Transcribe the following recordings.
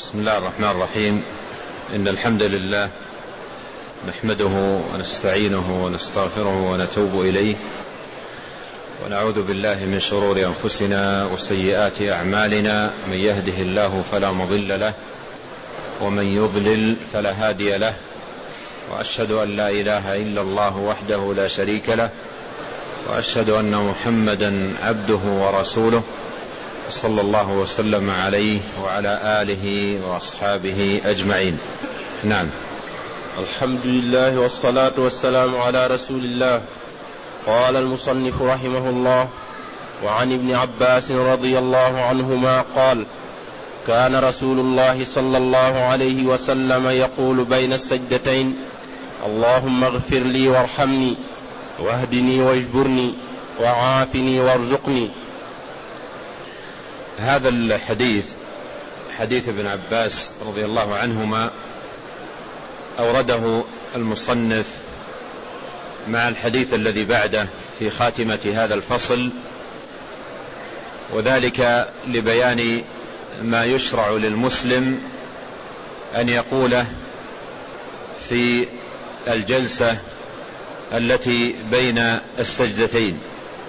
بسم الله الرحمن الرحيم. إن الحمد لله نحمده ونستعينه ونستغفره ونتوب إليه، ونعوذ بالله من شرور أنفسنا وسيئات أعمالنا. من يهده الله فلا مضل له، ومن يضلل فلا هادي له، وأشهد أن لا إله إلا الله وحده لا شريك له، وأشهد أن محمدا عبده ورسوله، صلى الله وسلم عليه وعلى آله وأصحابه أجمعين. نعم. الحمد لله والصلاة والسلام على رسول الله. قال المصنف رحمه الله: وعن ابن عباس رضي الله عنهما قال: كان رسول الله صلى الله عليه وسلم يقول بين السجدتين: اللهم اغفر لي وارحمني واهدني واجبرني وعافني وارزقني. هذا الحديث حديث ابن عباس رضي الله عنهما أورده المصنف مع الحديث الذي بعده في خاتمة هذا الفصل، وذلك لبيان ما يشرع للمسلم أن يقوله في الجلسة التي بين السجدتين،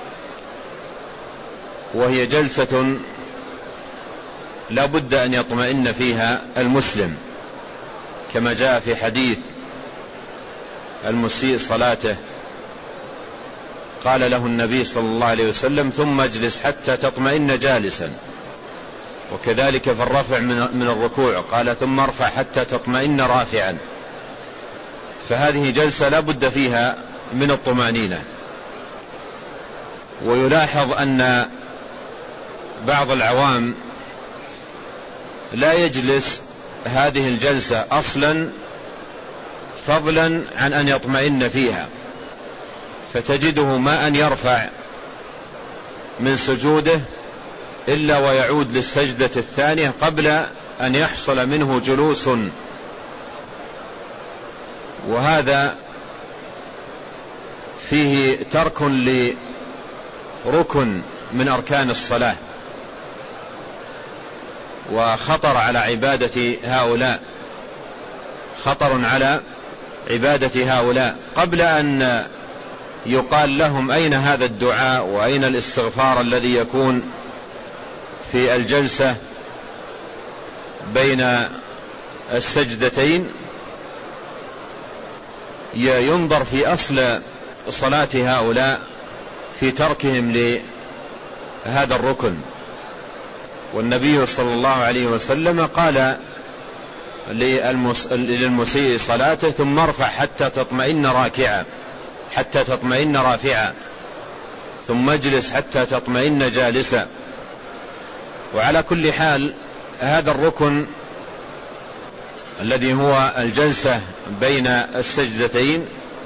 وهي جلسة لا بد أن يطمئن فيها المسلم، كما جاء في حديث المسيء صلاته قال له النبي صلى الله عليه وسلم: ثم اجلس حتى تطمئن جالسا. وكذلك في الرفع من الركوع قال: ثم ارفع حتى تطمئن رافعا. فهذه جلسة لا بد فيها من الطمأنينة. ويلاحظ أن بعض العوام لا يجلس هذه الجلسة أصلا، فضلا عن أن يطمئن فيها، فتجده ما أن يرفع من سجوده إلا ويعود للسجدة الثانية قبل أن يحصل منه جلوس. وهذا فيه ترك لركن من أركان الصلاة، وخطر على عبادة هؤلاء، خطر على عبادة هؤلاء. قبل أن يقال لهم أين هذا الدعاء وأين الاستغفار الذي يكون في الجلسة بين السجدتين، ينظر في أصل صلاة هؤلاء في تركهم لهذا الركن. والنبي صلى الله عليه وسلم قال للمسيء صلاته: ثم ارفع حتى تطمئن راكعا، حتى تطمئن رافعا، ثم اجلس حتى تطمئن جالسا. وعلى كل حال هذا الركن الذي هو الجلسة بين السجدتين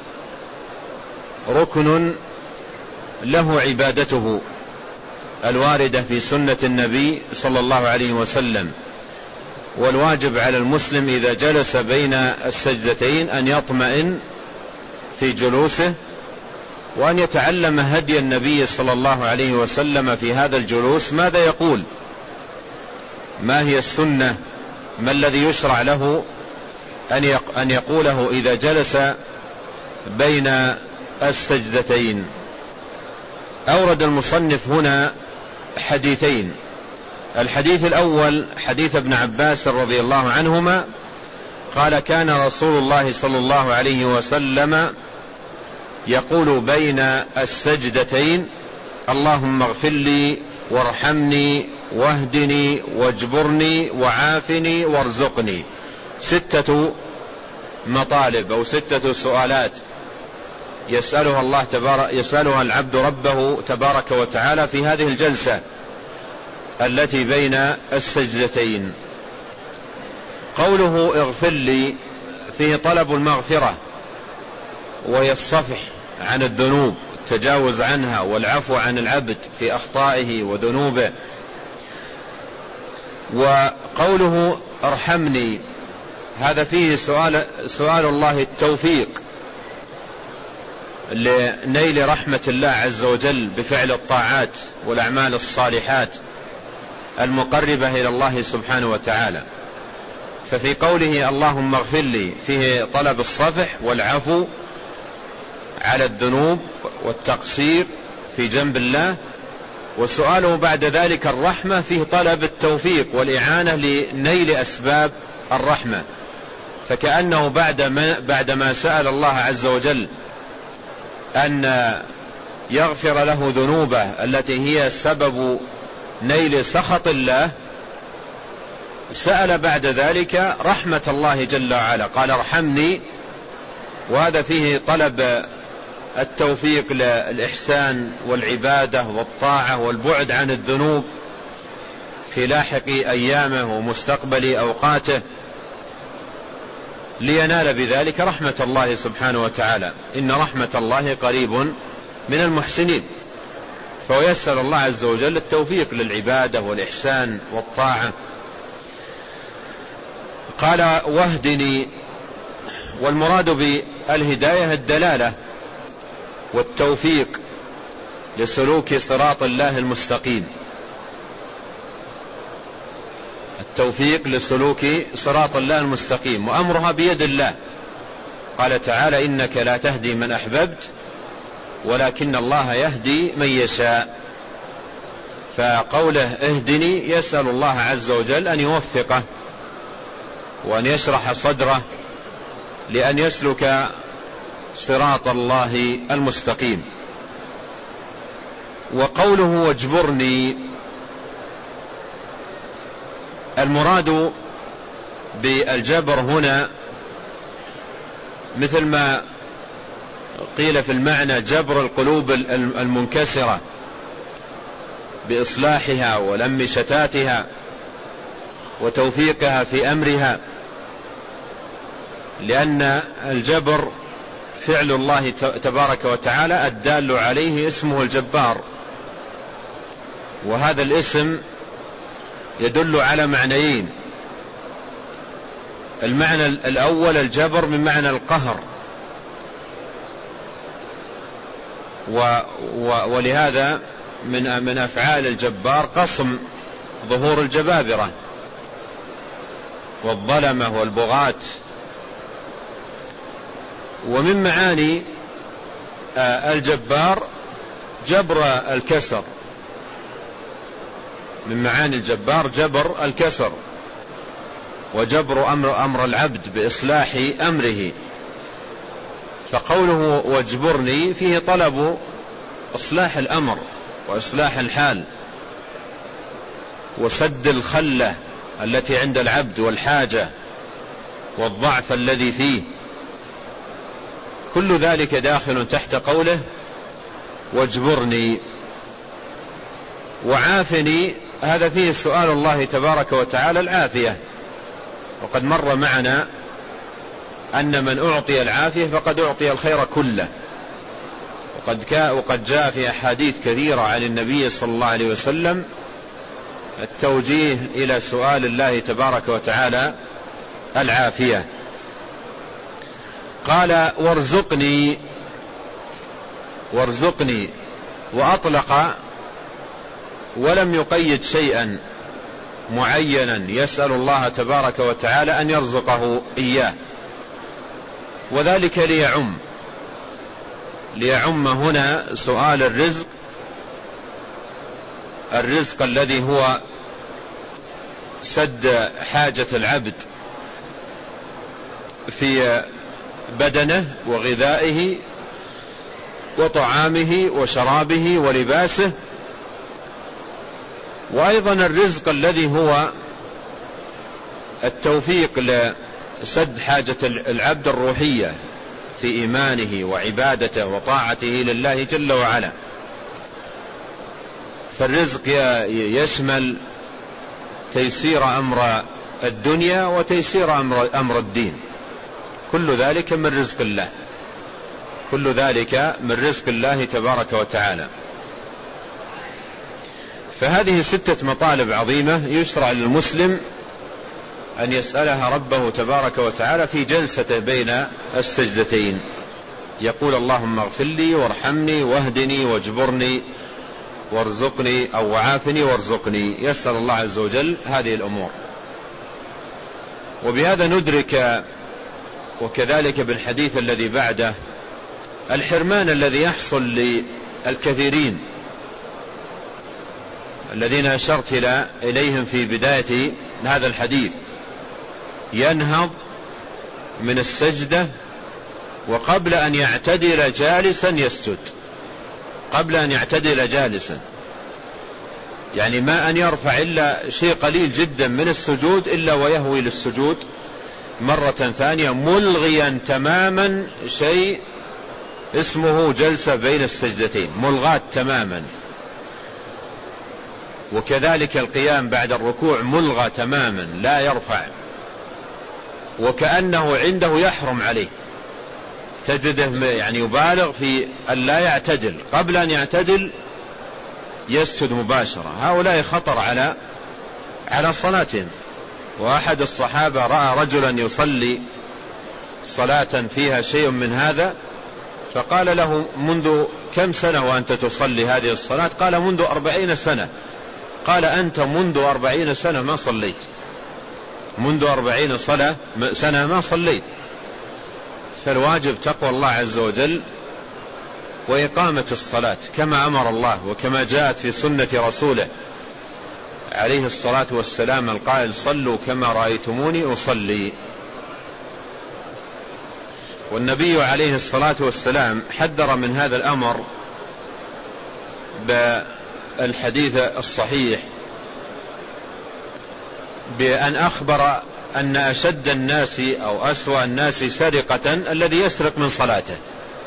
ركن له عبادته الواردة في سنة النبي صلى الله عليه وسلم. والواجب على المسلم إذا جلس بين السجدتين أن يطمئن في جلوسه، وأن يتعلم هدي النبي صلى الله عليه وسلم في هذا الجلوس، ماذا يقول، ما هي السنة، ما الذي يشرع له أن يقوله إذا جلس بين السجدتين. أورد المصنف هنا حديثين. الحديث الأول حديث ابن عباس رضي الله عنهما قال: كان رسول الله صلى الله عليه وسلم يقول بين السجدتين: اللهم اغفر لي وارحمني واهدني واجبرني وعافني وارزقني. 6 مطالب أو 6 سؤالات يسألها العبد ربه تبارك وتعالى في هذه الجلسة التي بين السجدتين. قوله اغفر لي فيه طلب المغفرة، وهي الصفح عن الذنوب، التجاوز عنها، والعفو عن العبد في أخطائه وذنوبه. وقوله ارحمني هذا فيه سؤال الله التوفيق لنيل رحمة الله عز وجل بفعل الطاعات والأعمال الصالحات المقربة إلى الله سبحانه وتعالى. ففي قوله اللهم اغفر لي فيه طلب الصفح والعفو على الذنوب والتقصير في جنب الله، وسؤاله بعد ذلك الرحمة فيه طلب التوفيق والإعانة لنيل أسباب الرحمة، فكأنه بعدما سأل الله عز وجل أن يغفر له ذنوبه التي هي سبب نيل سخط الله، سأل بعد ذلك رحمة الله جل وعلا، قال ارحمني، وهذا فيه طلب التوفيق للإحسان والعبادة والطاعة والبعد عن الذنوب في لاحق أيامه ومستقبل أوقاته، لينال بذلك رحمة الله سبحانه وتعالى. إن رحمة الله قريب من المحسنين، فيسأل الله عز وجل التوفيق للعبادة والإحسان والطاعة. قال واهدني، والمراد بالهداية الدلالة والتوفيق لسلوك صراط الله المستقيم، التوفيق لسلوك صراط الله المستقيم، وأمرها بيد الله. قال تعالى إنك لا تهدي من أحببت ولكن الله يهدي من يشاء. فقوله اهدني يسأل الله عز وجل أن يوفقه وأن يشرح صدره لأن يسلك صراط الله المستقيم. وقوله واجبرني، المراد بالجبر هنا مثل ما قيل في المعنى جبر القلوب المنكسرة بإصلاحها ولم شتاتها وتوفيقها في أمرها، لأن الجبر فعل الله تبارك وتعالى الدال عليه اسمه الجبار، وهذا الاسم يدل على معنيين. المعنى الأول الجبر من معنى القهر، ولهذا من أفعال الجبار قصم ظهور الجبابرة والظلمة والبغاة. ومن معاني الجبار جبر الكسر، من معاني الجبار جبر الكسر وجبر أمر العبد بإصلاح أمره. فقوله واجبرني فيه طلب إصلاح الأمر وإصلاح الحال وسد الخلة التي عند العبد والحاجة والضعف الذي فيه، كل ذلك داخل تحت قوله واجبرني. وعافني هذا فيه سؤال الله تبارك وتعالى العافية، وقد مر معنا أن من أعطي العافية فقد أعطي الخير كله، وقد جاء في أحاديث كثيرة عن النبي صلى الله عليه وسلم التوجيه إلى سؤال الله تبارك وتعالى العافية. قال وارزقني، وأطلق ولم يقيد شيئا معينا يسأل الله تبارك وتعالى أن يرزقه إياه، وذلك ليعم هنا سؤال الرزق الذي هو سد حاجة العبد في بدنه وغذائه وطعامه وشرابه ولباسه، وأيضا الرزق الذي هو التوفيق لسد حاجة العبد الروحية في إيمانه وعبادته وطاعته لله جل وعلا. فالرزق يشمل تيسير أمر الدنيا وتيسير أمر الدين، كل ذلك من رزق الله، كل ذلك من رزق الله تبارك وتعالى. فهذه 6 مطالب عظيمة يشرع للمسلم أن يسألها ربه تبارك وتعالى في جلسته بين السجدتين، يقول اللهم اغفر لي وارحمني واهدني واجبرني وارزقني أو وعافني وارزقني، يسأل الله عز وجل هذه الأمور. وبهذا ندرك وكذلك بالحديث الذي بعده الحرمان الذي يحصل للكثيرين الذين أشرت إليهم في بداية هذا الحديث. ينهض من السجدة وقبل أن يعتدل جالسا يسجد، قبل أن يعتدل جالسا، يعني ما أن يرفع إلا شيء قليل جدا من السجود إلا ويهوي للسجود مرة ثانية، ملغيا تماما شيء اسمه جلسة بين السجدتين، ملغاة تماما. وكذلك القيام بعد الركوع ملغى تماما، لا يرفع، وكأنه عنده يحرم عليه، تجده يعني يبالغ في أن لا يعتدل، قبل أن يعتدل يسجد مباشرة. هؤلاء خطر على صلاتهم. وأحد الصحابة رأى رجلا يصلي صلاة فيها شيء من هذا، فقال له: منذ كم سنة وأنت تصلي هذه الصلاة؟ قال: منذ 40 سنة. قال: أنت منذ 40 سنة ما صليت، منذ 40 سنة ما صليت. فالواجب تقوى الله عز وجل وإقامة الصلاة كما أمر الله وكما جاءت في سنة رسوله عليه الصلاة والسلام القائل: صلوا كما رأيتموني أصلي. والنبي عليه الصلاة والسلام حذر من هذا الأمر بالحديث الصحيح بأن أخبر أن أشد الناس أو أسوأ الناس سرقة الذي يسرق من صلاته،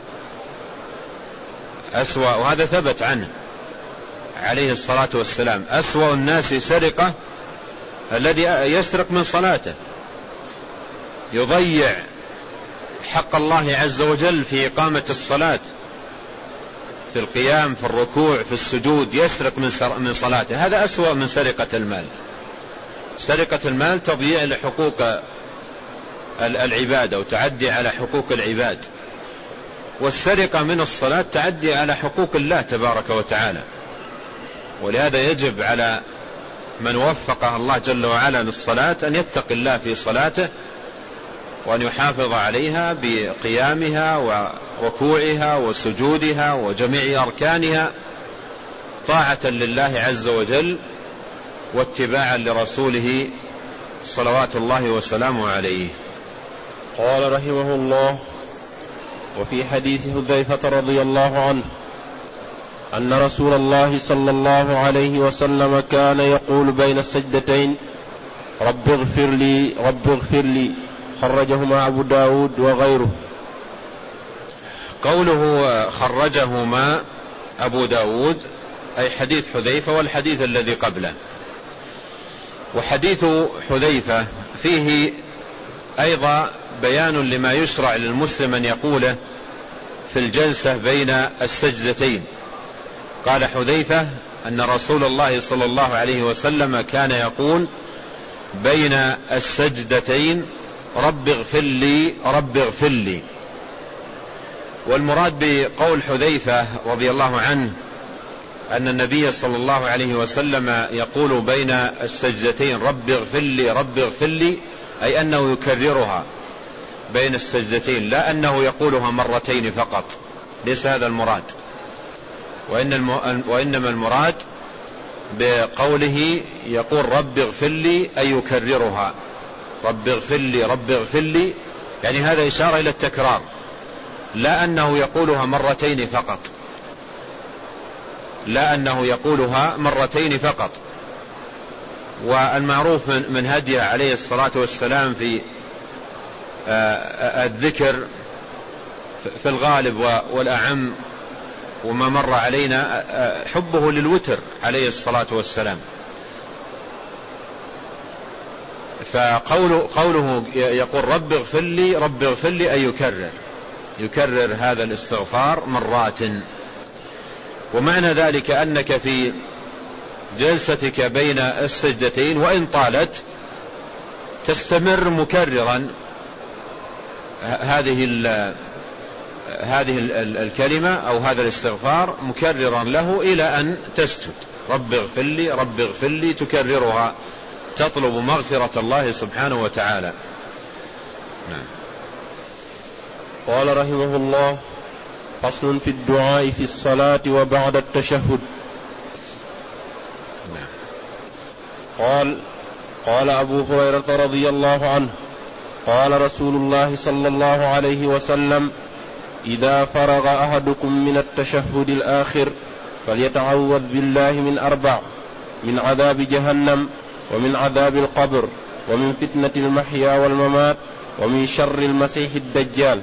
أسوأ، وهذا ثبت عنه عليه الصلاة والسلام: أسوأ الناس سرقة الذي يسرق من صلاته، يضيع حق الله عز وجل في إقامة الصلاة، في القيام، في الركوع، في السجود، يسرق من صلاته. هذا أسوأ من سرقة المال. سرقة المال تضييع لحقوق العباد أو تعدي على حقوق العباد، والسرقة من الصلاة تعدي على حقوق الله تبارك وتعالى. ولهذا يجب على من وفقه الله جل وعلا للصلاة أن يتقي الله في صلاته وأن يحافظ عليها بقيامها وركوعها وسجودها وجميع أركانها طاعة لله عز وجل واتباعا لرسوله صلوات الله وسلامه عليه. قال رحمه الله: وفي حديث حذيفة رضي الله عنه أن رسول الله صلى الله عليه وسلم كان يقول بين السجدتين: رب اغفر لي رب اغفر لي، خرجهما أبو داود وغيره. قوله خرجهما أبو داود أي حديث حذيفة والحديث الذي قبله. وحديث حذيفة فيه أيضا بيان لما يشرع للمسلم أن يقوله في الجلسة بين السجدتين. قال حذيفة أن رسول الله صلى الله عليه وسلم كان يقول بين السجدتين: رب اغفر لي رب اغفر لي. والمراد بقول حذيفة رضي الله عنه أن النبي صلى الله عليه وسلم يقول بين السجدتين: رب اغفر لي رب اغفر لي، أي أنه يكررها بين السجدتين، لا أنه يقولها مرتين فقط، ليس هذا المراد. وإنما المراد بقوله يقول رب اغفر لي أي يكررها، رب اغفر لي رب اغفر لي، يعني هذا إشارة إلى التكرار، لا أنه يقولها مرتين فقط، لا أنه يقولها مرتين فقط. والمعروف من هديه عليه الصلاة والسلام في الذكر في الغالب والأعم وما مر علينا حبه للوتر عليه الصلاة والسلام. فقوله يقول رب اغفر لي رب اغفر لي أي يكرر هذا الاستغفار مرات. ومعنى ذلك أنك في جلستك بين السجدتين وإن طالت تستمر مكررا هذه الكلمة أو هذا الاستغفار، مكررا له إلى أن تسجد. رب اغفر لي رب اغفر لي، تكررها تطلب مغفرة الله سبحانه وتعالى. نعم. قال رحمه الله: فصل في الدعاء في الصلاة وبعد التشهد. نعم. قال أبو هريرة رضي الله عنه: قال رسول الله صلى الله عليه وسلم: إذا فرغ أحدكم من التشهد الآخر فليتعوذ بالله من 4: من عذاب جهنم، ومن عذاب القبر، ومن فتنة المحيا والممات، ومن شر المسيح الدجال.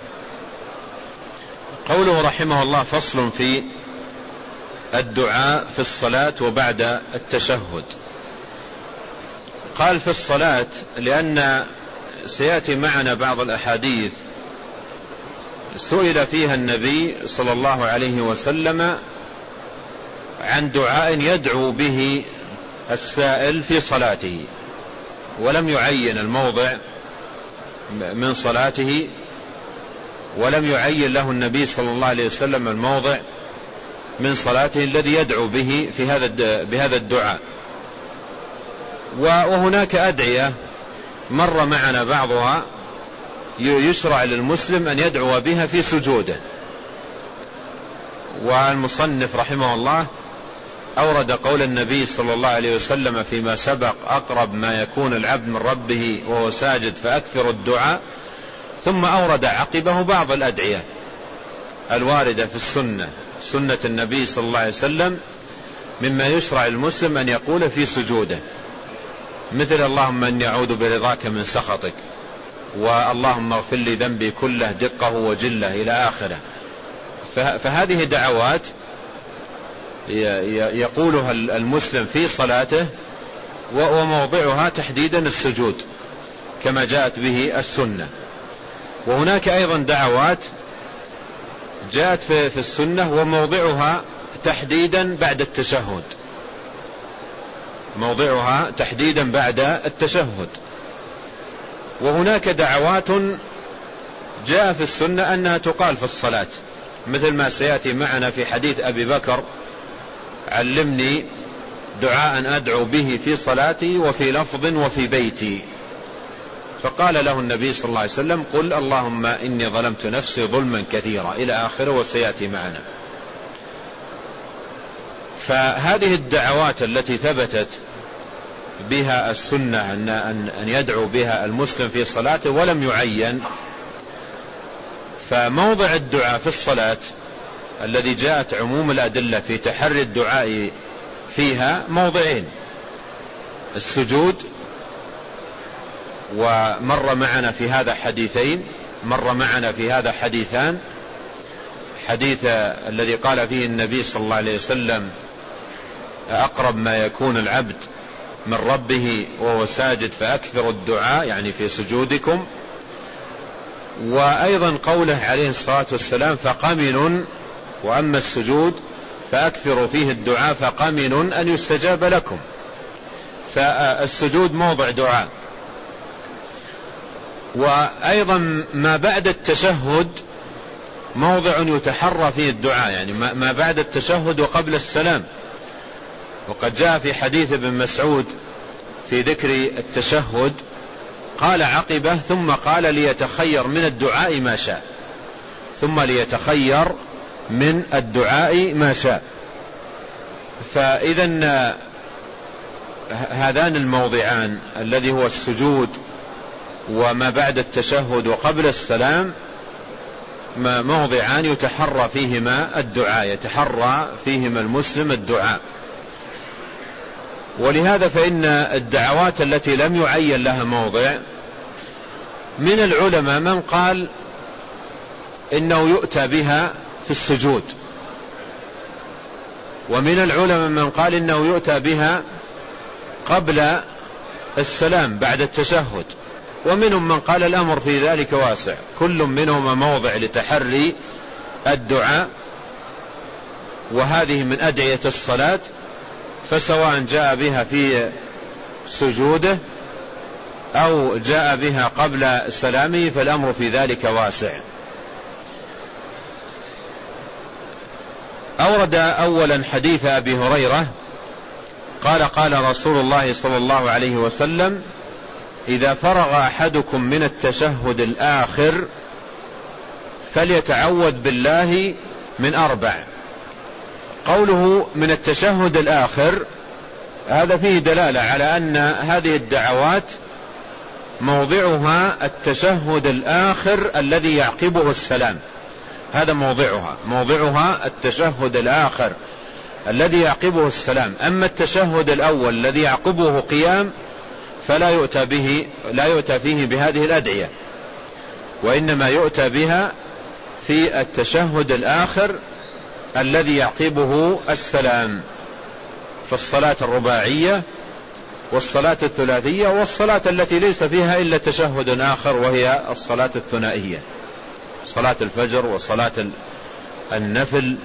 قوله رحمه الله: فصل في الدعاء في الصلاة وبعد التشهد. قال في الصلاة لأن سيأتي معنا بعض الأحاديث سئل فيها النبي صلى الله عليه وسلم عن دعاء يدعو به السائل في صلاته، ولم يعين الموضع من صلاته، ولم يعين له النبي صلى الله عليه وسلم الموضع من صلاته الذي يدعو به بهذا الدعاء. وهناك أدعية مر معنا بعضها يشرع للمسلم أن يدعو بها في سجوده، والمصنف رحمه الله أورد قول النبي صلى الله عليه وسلم فيما سبق: أقرب ما يكون العبد من ربه وهو ساجد فأكثر الدعاء، ثم أورد عقبه بعض الأدعية الواردة في سنة النبي صلى الله عليه وسلم مما يشرع المسلم أن يقول في سجوده، مثل: اللهم إني أعوذ برضاك من سخطك، واللهم اغفر لي ذنبي كله دقه وجله، إلى آخره. فهذه دعوات يقولها المسلم في صلاته، وموضعها تحديدا السجود كما جاءت به السنة. وهناك أيضا دعوات جاءت في السنة وموضعها تحديدا بعد التشهد، موضعها تحديدا بعد التشهد. وهناك دعوات جاء في السنة أنها تقال في الصلاة، مثل ما سيأتي معنا في حديث أبي بكر: علمني دعاء أدعو به في صلاتي وفي لفظ وفي بيتي. فقال له النبي صلى الله عليه وسلم: قل اللهم إني ظلمت نفسي ظلما كثيرا، إلى آخره، وسيأتي معنا. فهذه الدعوات التي ثبتت بها السنة أن يدعو بها المسلم في صلاته ولم يعين، فموضع الدعاء في الصلاة الذي جاءت عموم الأدلة في تحري الدعاء فيها موضعين: السجود، ومر معنا في هذا حديثين، مر معنا في هذا حديثان: حديث الذي قال فيه النبي صلى الله عليه وسلم: أقرب ما يكون العبد من ربه وهو ساجد فأكثر الدعاء، يعني في سجودكم. وأيضا قوله عليه الصلاة والسلام: فقمن، وأما السجود فأكثروا فيه الدعاء فقمن أن يستجاب لكم. فالسجود موضع دعاء. وأيضا ما بعد التشهد موضع يتحرى فيه الدعاء، يعني ما بعد التشهد وقبل السلام. وقد جاء في حديث ابن مسعود في ذكر التشهد قال عقبه: ثم قال ليتخير من الدعاء ما شاء، ثم ليتخير من الدعاء ما شاء. فإذا هذان الموضعان الذي هو السجود وما بعد التشهد وقبل السلام موضعان يتحرى فيهما الدعاء، يتحرى فيهما المسلم الدعاء. ولهذا فإن الدعوات التي لم يعين لها موضع، من العلماء من قال إنه يؤتى بها في السجود، ومن العلماء من قال إنه يؤتى بها قبل السلام بعد التشهد، ومنهم من قال الأمر في ذلك واسع، كل منهما موضع لتحري الدعاء، وهذه من أدعية الصلاة، فسواء جاء بها في سجوده أو جاء بها قبل سلامه فالأمر في ذلك واسع. أورد أولا حديث أبي هريرة قال رسول الله صلى الله عليه وسلم: إذا فرغ أحدكم من التشهد الآخر فليتعوذ بالله من 4. قوله من التشهد الآخر هذا فيه دلالة على أن هذه الدعوات موضعها التشهد الآخر الذي يعقبه السلام. هذا موضعها التشهد الآخر الذي يعقبه السلام. أما التشهد الأول الذي يعقبه قيام فلا يؤتى فيه بهذه الأدعية، وإنما يؤتى بها في التشهد الآخر الذي يعقبه السلام، في الصلاة الرباعية والصلاة الثلاثية والصلاة التي ليس فيها إلا تشهد آخر، وهي الصلاة الثنائية، صلاة الفجر وصلاة النفل.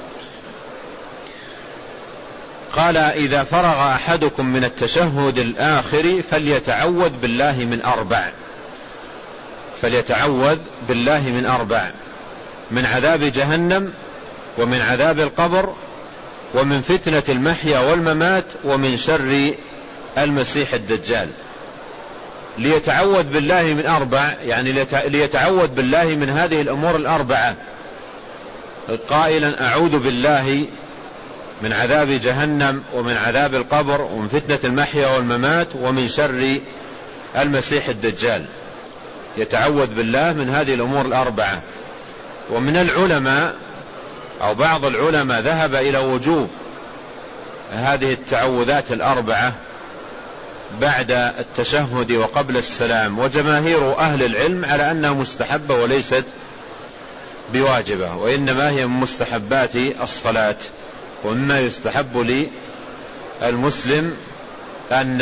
قال: إذا فرغ أحدكم من التشهد الآخر فليتعوذ بالله من 4. فليتعوذ بالله من 4: من عذاب جهنم، ومن عذاب القبر، ومن فتنة المحيا والممات، ومن شر المسيح الدجال. ليتعوذ بالله من 4 يعني ليتعوذ بالله من هذه الأمور 4 قائلا: أعوذ بالله من عذاب جهنم، ومن عذاب القبر، ومن فتنة المحيا والممات، ومن شر المسيح الدجال. يتعوذ بالله من هذه الأمور 4. ومن العلماء أو بعض العلماء ذهب إلى وجوب هذه التعوذات 4 بعد التشهد وقبل السلام، وجماهير أهل العلم على أنها مستحبة وليست بواجبة، وإنما هي من مستحبات الصلاة، ومما يستحب للمسلم أن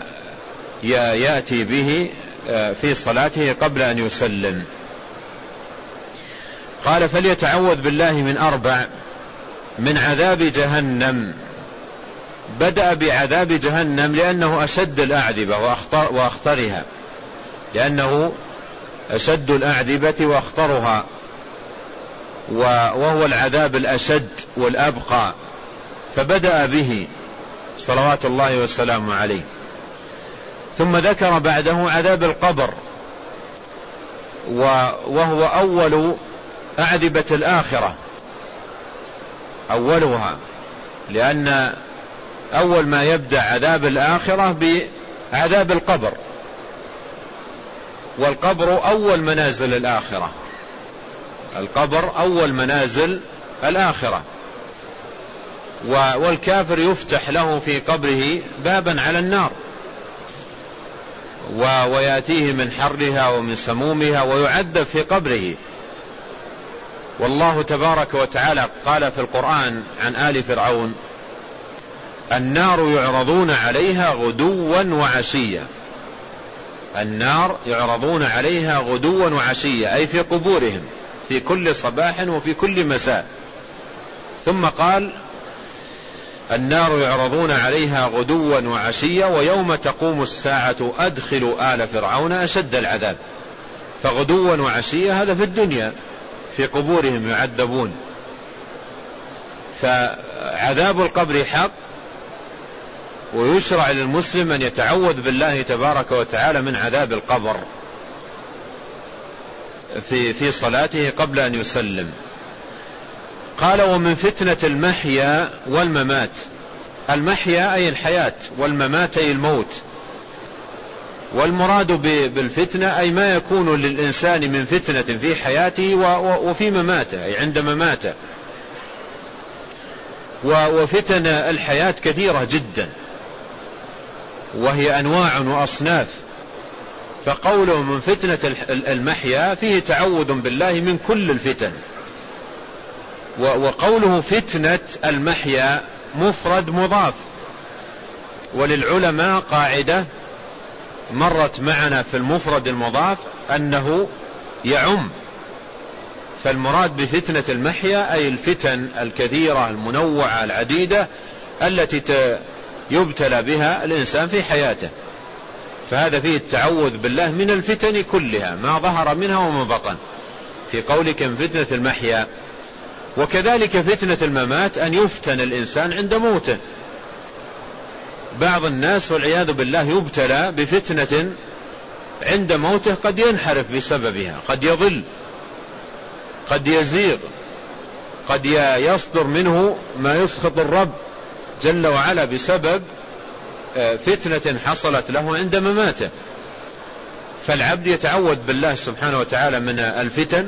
يأتي به في صلاته قبل أن يسلم. قال: فليتعوذ بالله من 4: من عذاب جهنم. بدأ بعذاب جهنم لأنه أشد الأعذبة وأخطرها، لأنه أشد الأعذبة وأخطرها، وهو العذاب الأشد والأبقى، فبدأ به صلوات الله والسلام عليه. ثم ذكر بعده عذاب القبر، وهو أول أعذبة الآخرة، أولها، لأن أول ما يبدأ عذاب الآخرة بعذاب القبر، والقبر أول منازل الآخرة. القبر أول منازل الآخرة، والكافر يفتح له في قبره بابا على النار، ويأتيه من حرها ومن سمومها ويعذب في قبره. والله تبارك وتعالى قال في القرآن عن آل فرعون: النار يعرضون عليها غدوا وعشيا. النار يعرضون عليها غدوا وعشيا، أي في قبورهم في كل صباح وفي كل مساء. ثم قال: النار يعرضون عليها غدوا وعشيا ويوم تقوم الساعة أدخلوا آل فرعون أشد العذاب. فغدوا وعشيا هذا في الدنيا في قبورهم يعذبون. فعذاب القبر حق، ويشرع للمسلم أن يتعوذ بالله تبارك وتعالى من عذاب القبر في صلاته قبل أن يسلم. قال: ومن فتنة المحيا والممات. المحيا أي الحياة، والممات أي الموت. والمراد بالفتنة أي ما يكون للإنسان من فتنة في حياته وفي مماته، أي عند مماته. وفتن الحياة كثيرة جدا، وهي أنواع وأصناف. فقوله من فتنة المحيا فيه تعوذ بالله من كل الفتن. وقوله فتنة المحيا مفرد مضاف. وللعلماء قاعدة مرت معنا في المفرد المضاف أنه يعم. فالمراد بفتنة المحيا أي الفتن الكثيرة المنوعة العديدة التي يبتلى بها الإنسان في حياته. فهذا فيه التعوذ بالله من الفتن كلها ما ظهر منها وما بطن في قولك من فتنة المحيا. وكذلك فتنة الممات أن يفتن الإنسان عند موته، بعض الناس والعياذ بالله يبتلى بفتنة عند موته قد ينحرف بسببها، قد يضل، قد يزيغ، قد يصدر منه ما يسخط الرب جل وعلا بسبب فتنة حصلت له عند مماته. فالعبد يتعوذ بالله سبحانه وتعالى من الفتن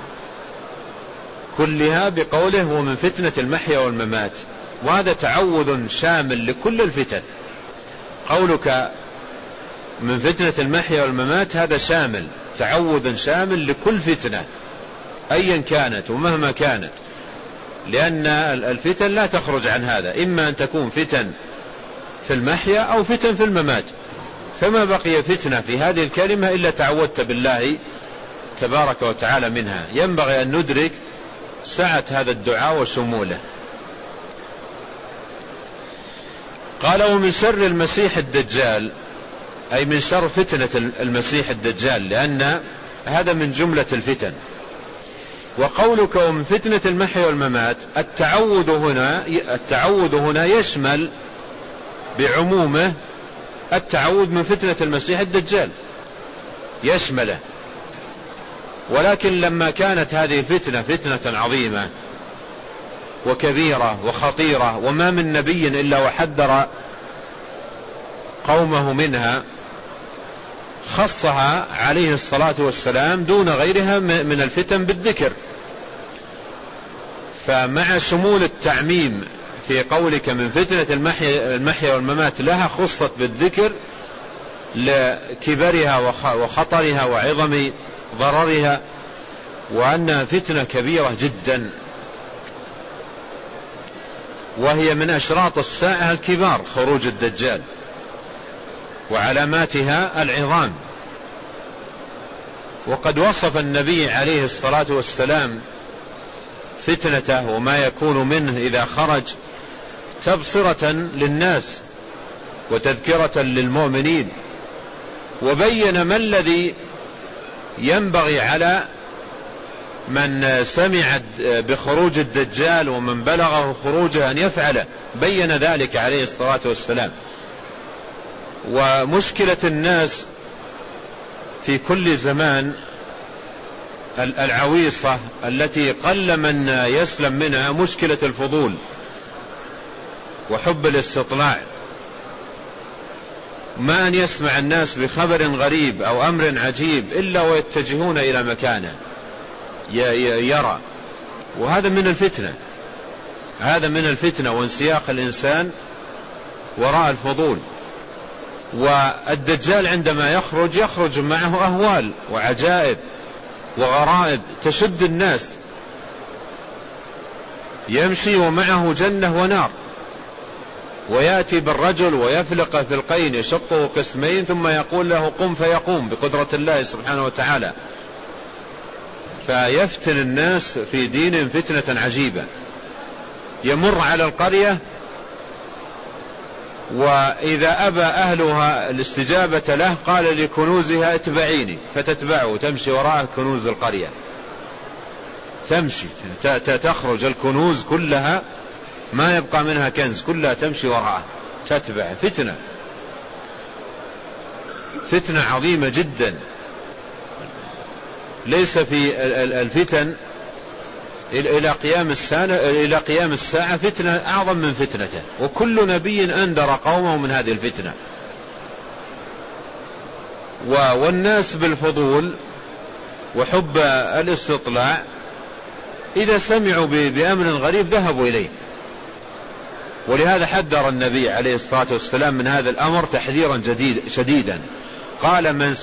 كلها بقوله ومن فتنة المحيا والممات، وهذا تعوذ شامل لكل الفتن. قولك من فتنة المحيا والممات هذا شامل، تعوذ شامل لكل فتنة أيا كانت ومهما كانت، لأن الفتن لا تخرج عن هذا، إما أن تكون فتن في المحيا أو فتن في الممات، فما بقي فتنة في هذه الكلمة إلا تعوذت بالله تبارك وتعالى منها. ينبغي أن ندرك سعة هذا الدعاء وشموله. قال ومن شر المسيح الدجال، أي من شر فتنة المسيح الدجال، لأن هذا من جملة الفتن. وقولك ومن فتنة المحيا والممات، التعوذ هنا يشمل بعمومه التعوذ من فتنة المسيح الدجال يشمله، ولكن لما كانت هذه الفتنة فتنة عظيمة وكبيرة وخطيرة وما من نبي إلا وحذر قومه منها، خصها عليه الصلاة والسلام دون غيرها من الفتن بالذكر. فمع شمول التعميم في قولك من فتنة المحيا والممات لها خصت بالذكر لكبرها وخطرها وعظم ضررها، وأنها فتنة كبيرة جدا، وهي من أشراط الساعة الكبار خروج الدجال وعلاماتها العظام. وقد وصف النبي عليه الصلاة والسلام فتنته وما يكون منه إذا خرج تبصرة للناس وتذكرة للمؤمنين، وبين ما الذي ينبغي على من سمع بخروج الدجال ومن بلغه خروجه أن يفعله، بين ذلك عليه الصلاة والسلام. ومشكلة الناس في كل زمان العويصة التي قل من يسلم منها مشكلة الفضول وحب الاستطلاع، ما أن يسمع الناس بخبر غريب أو أمر عجيب إلا ويتجهون إلى مكانه يرى، وهذا من الفتنة، هذا من الفتنة وانسياق الإنسان وراء الفضول. والدجال عندما يخرج معه أهوال وعجائب وغرائب تشد الناس، يمشي ومعه جنة ونار، ويأتي بالرجل ويفلق في القين يشقه قسمين ثم يقول له قم فيقوم بقدرة الله سبحانه وتعالى، فيفتن الناس في دين فتنة عجيبة. يمر على القرية وإذا أبى أهلها الاستجابة له قال لكنوزها اتبعيني، فتتبعه تمشي وراء كنوز القرية، تمشي تخرج الكنوز كلها ما يبقى منها كنز، كلها تمشي وراءه تتبع. فتنة عظيمة جدا، ليس في الفتن إلى قيام الساعة فتنة أعظم من فتنته، وكل نبي أنذر قومه من هذه الفتنة. والناس بالفضول وحب الاستطلاع إذا سمعوا بأمر غريب ذهبوا إليه، ولهذا حذر النبي عليه الصلاة والسلام من هذا الأمر تحذيرا شديدا. قال من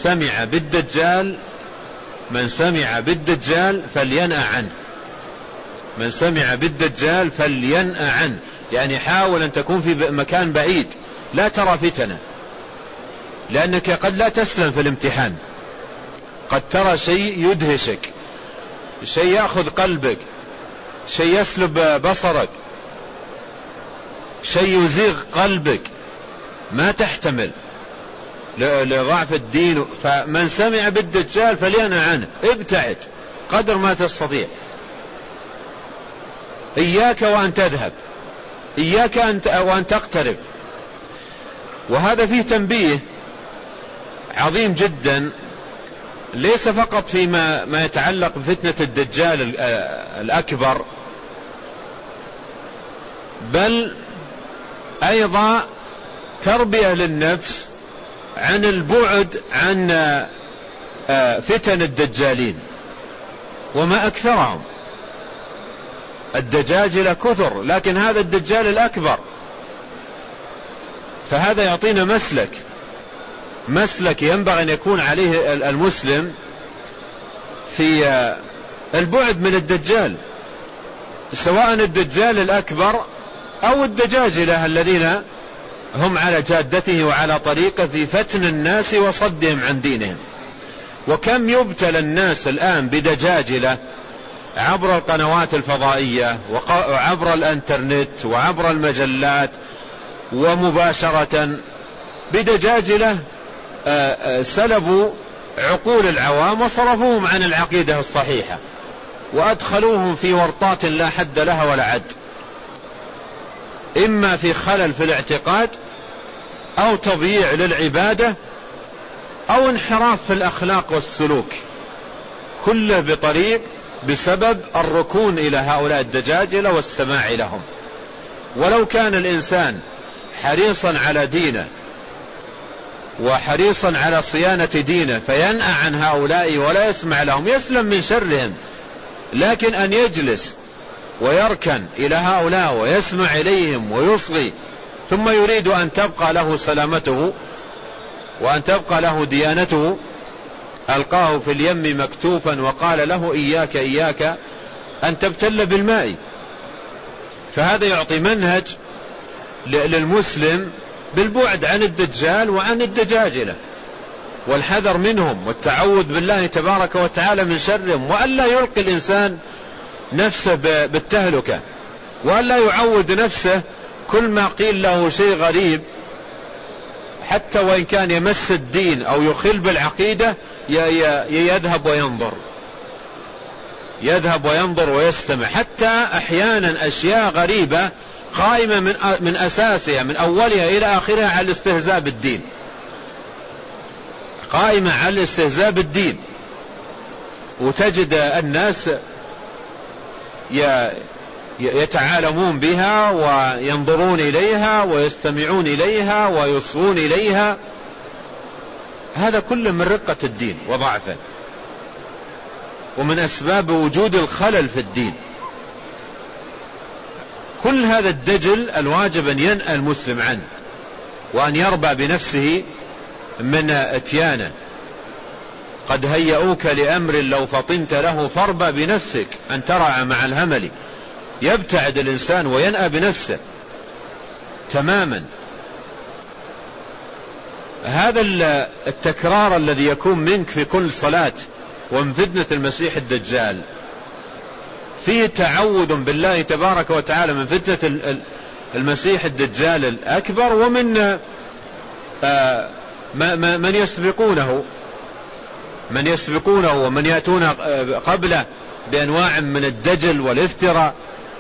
سمع بالدجال فلينأ عنه، من سمع بالدجال فلينأ عنه، يعني حاول أن تكون في مكان بعيد لا ترى فتنة، لأنك قد لا تسلم في الامتحان، قد ترى شيء يدهشك، شيء يأخذ قلبك، شيء يسلب بصرك، شيء يزيغ قلبك ما تحتمل لضعف الدين. فمن سمع بالدجال فلينأ عنه، ابتعد قدر ما تستطيع، إياك وأن تذهب، إياك وأن تقترب. وهذا فيه تنبيه عظيم جدا، ليس فقط فيما يتعلق بفتنة الدجال الأكبر، بل أيضا تربية للنفس عن البعد عن فتن الدجالين وما أكثرهم. الدجاجلة كثر، لكن هذا الدجال الأكبر، فهذا يعطينا مسلك ينبغي أن يكون عليه المسلم في البعد من الدجال، سواء الدجال الأكبر أو الدجاجلة الذين هم على جادته وعلى طريقه في فتن الناس وصدهم عن دينهم. وكم يبتلى الناس الآن بدجاجلة عبر القنوات الفضائية وعبر الانترنت وعبر المجلات ومباشرة، بدجاجلة سلبوا عقول العوام وصرفوهم عن العقيدة الصحيحة وأدخلوهم في ورطات لا حد لها ولا عد، إما في خلل في الاعتقاد أو تضييع للعبادة أو انحراف في الأخلاق والسلوك، كله بسبب الركون إلى هؤلاء الدجاجلة والسماع لهم. ولو كان الإنسان حريصا على دينه وحريصا على صيانة دينه فينأى عن هؤلاء ولا يسمع لهم يسلم من شرهم، لكن أن يجلس ويركن إلى هؤلاء ويسمع إليهم ويصغي ثم يريد أن تبقى له سلامته وأن تبقى له ديانته، ألقاه في اليم مكتوفا وقال له إياك أن تبتل بالماء. فهذا يعطي منهج للمسلم بالبعد عن الدجال وعن الدجاجلة والحذر منهم والتعوذ بالله تبارك وتعالى من شرهم، وألا يلقي الإنسان نفسه بالتهلكة، وألا يعود نفسه كل ما قيل له شيء غريب حتى وإن كان يمس الدين أو يخل بالعقيدة يذهب وينظر ويستمع، حتى أحيانا أشياء غريبة قائمة من أساسها من أولها إلى آخرها على الاستهزاء بالدين، قائمة على الاستهزاء بالدين، وتجد الناس يتعالمون بها وينظرون إليها ويستمعون إليها ويصغون إليها. هذا كله من رقة الدين وضعفه ومن أسباب وجود الخلل في الدين. كل هذا الدجل الواجب أن ينأى المسلم عنه وأن يربى بنفسه من اتيانه. قد هيئوك لأمر لو فطنت له فاربى بنفسك أن ترعى مع الهمل. يبتعد الإنسان وينأى بنفسه تماما. هذا التكرار الذي يكون منك في كل صلاة ومن فتنة المسيح الدجال فيه تعوذ بالله تبارك وتعالى من فتنة المسيح الدجال الأكبر ومن من يسبقونه ومن يأتون قبله بأنواع من الدجل والافتراء.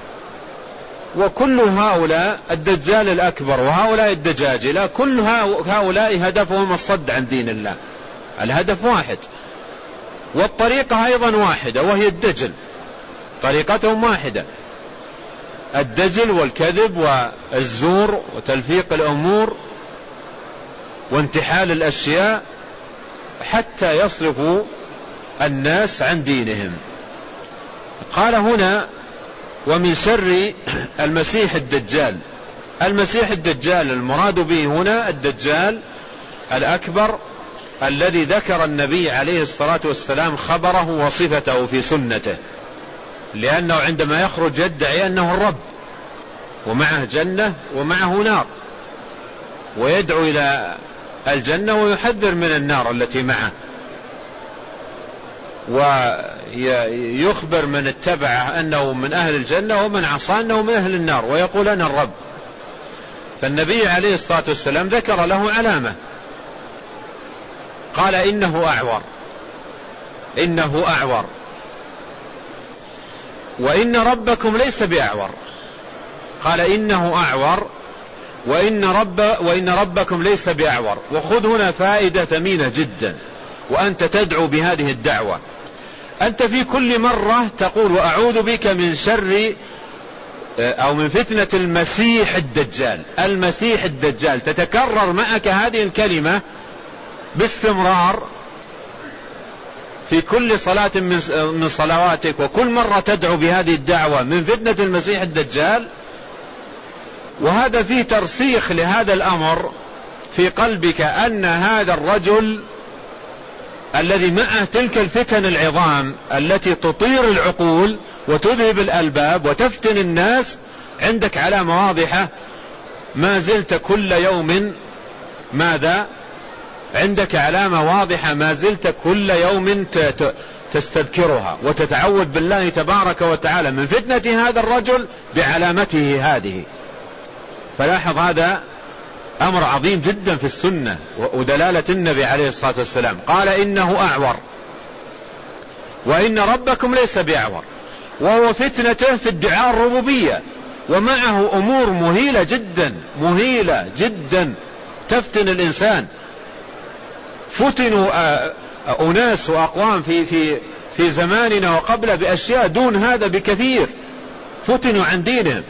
وكل هؤلاء الدجال الأكبر وهؤلاء الدجاجلة كل هؤلاء هدفهم الصد عن دين الله. الهدف واحد والطريقة أيضا واحدة وهي الدجل، طريقتهم واحدة، الدجل والكذب والزور وتلفيق الأمور وانتحال الأشياء حتى يصرفوا الناس عن دينهم. قال هنا ومن شر المسيح الدجال. المسيح الدجال المراد به هنا الدجال الأكبر الذي ذكر النبي عليه الصلاة والسلام خبره وصفته في سنته، لأنه عندما يخرج يدعي أنه الرب ومعه جنة ومعه نار، ويدعو إلى الجنة ويحذر من النار التي معه، ويخبر من اتبعه أنه من أهل الجنة ومن عصى أنه من أهل النار، ويقول أنا الرب. فالنبي عليه الصلاة والسلام ذكر له علامة، قال إنه أعور وإن ربكم ليس بأعور. قال إنه أعور وإن ربكم ليس بأعور. وخذ هنا فائدة ثمينة جدا وأنت تدعو بهذه الدعوة. أنت في كل مرة تقول وأعوذ بك من شر أو من فتنة المسيح الدجال. المسيح الدجال تتكرر معك هذه الكلمة باستمرار في كل صلاة من صلواتك، وكل مرة تدعو بهذه الدعوة من فتنة المسيح الدجال. وهذا فيه ترسيخ لهذا الأمر في قلبك، أن هذا الرجل الذي معه تلك الفتن العظام التي تطير العقول وتذهب الألباب وتفتن الناس، عندك علامة واضحة ما زلت كل يوم ماذا؟ عندك علامة واضحة ما زلت كل يوم تستذكرها وتتعوذ بالله تبارك وتعالى من فتنة هذا الرجل بعلامته هذه. فلاحظ هذا أمر عظيم جدا في السنة ودلالة النبي عليه الصلاة والسلام. قال إنه أعور وإن ربكم ليس بأعور، وهو فتنته في ادعاء الربوبية، ومعه أمور مهيلة جدا تفتن الإنسان. فتنوا أناس وأقوام في زماننا وقبل بأشياء دون هذا بكثير، فتنوا عن دينهم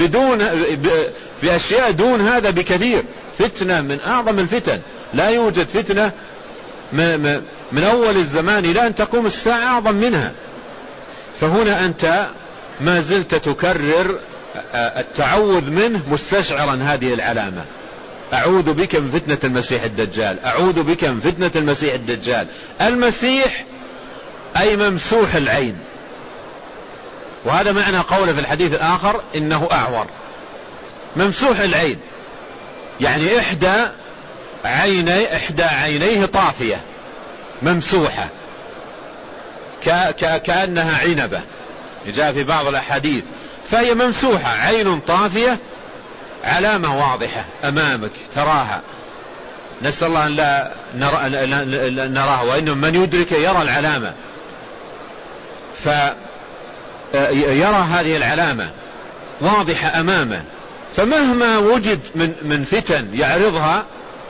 بأشياء دون هذا بكثير. فتنة من أعظم الفتن، لا يوجد فتنة من أول الزمان إلى أن تقوم الساعة أعظم منها. فهنا أنت ما زلت تكرر التعوذ منه مستشعرا هذه العلامة. أعوذ بك من فتنة المسيح الدجال، أعوذ بك من فتنة المسيح الدجال. المسيح أي ممسوح العين، وهذا معنى قوله في الحديث الآخر إنه أعور. ممسوح العين يعني إحدى عينيه طافية ممسوحة كأنها عنبة، جاء في بعض الأحاديث. فهي ممسوحة، عين طافية، علامة واضحة أمامك تراها. نسأل الله أن لا نراها، وإنه من يدرك يرى العلامة، فيرى هذه العلامة واضحة أمامه. فمهما وجد من فتن يعرضها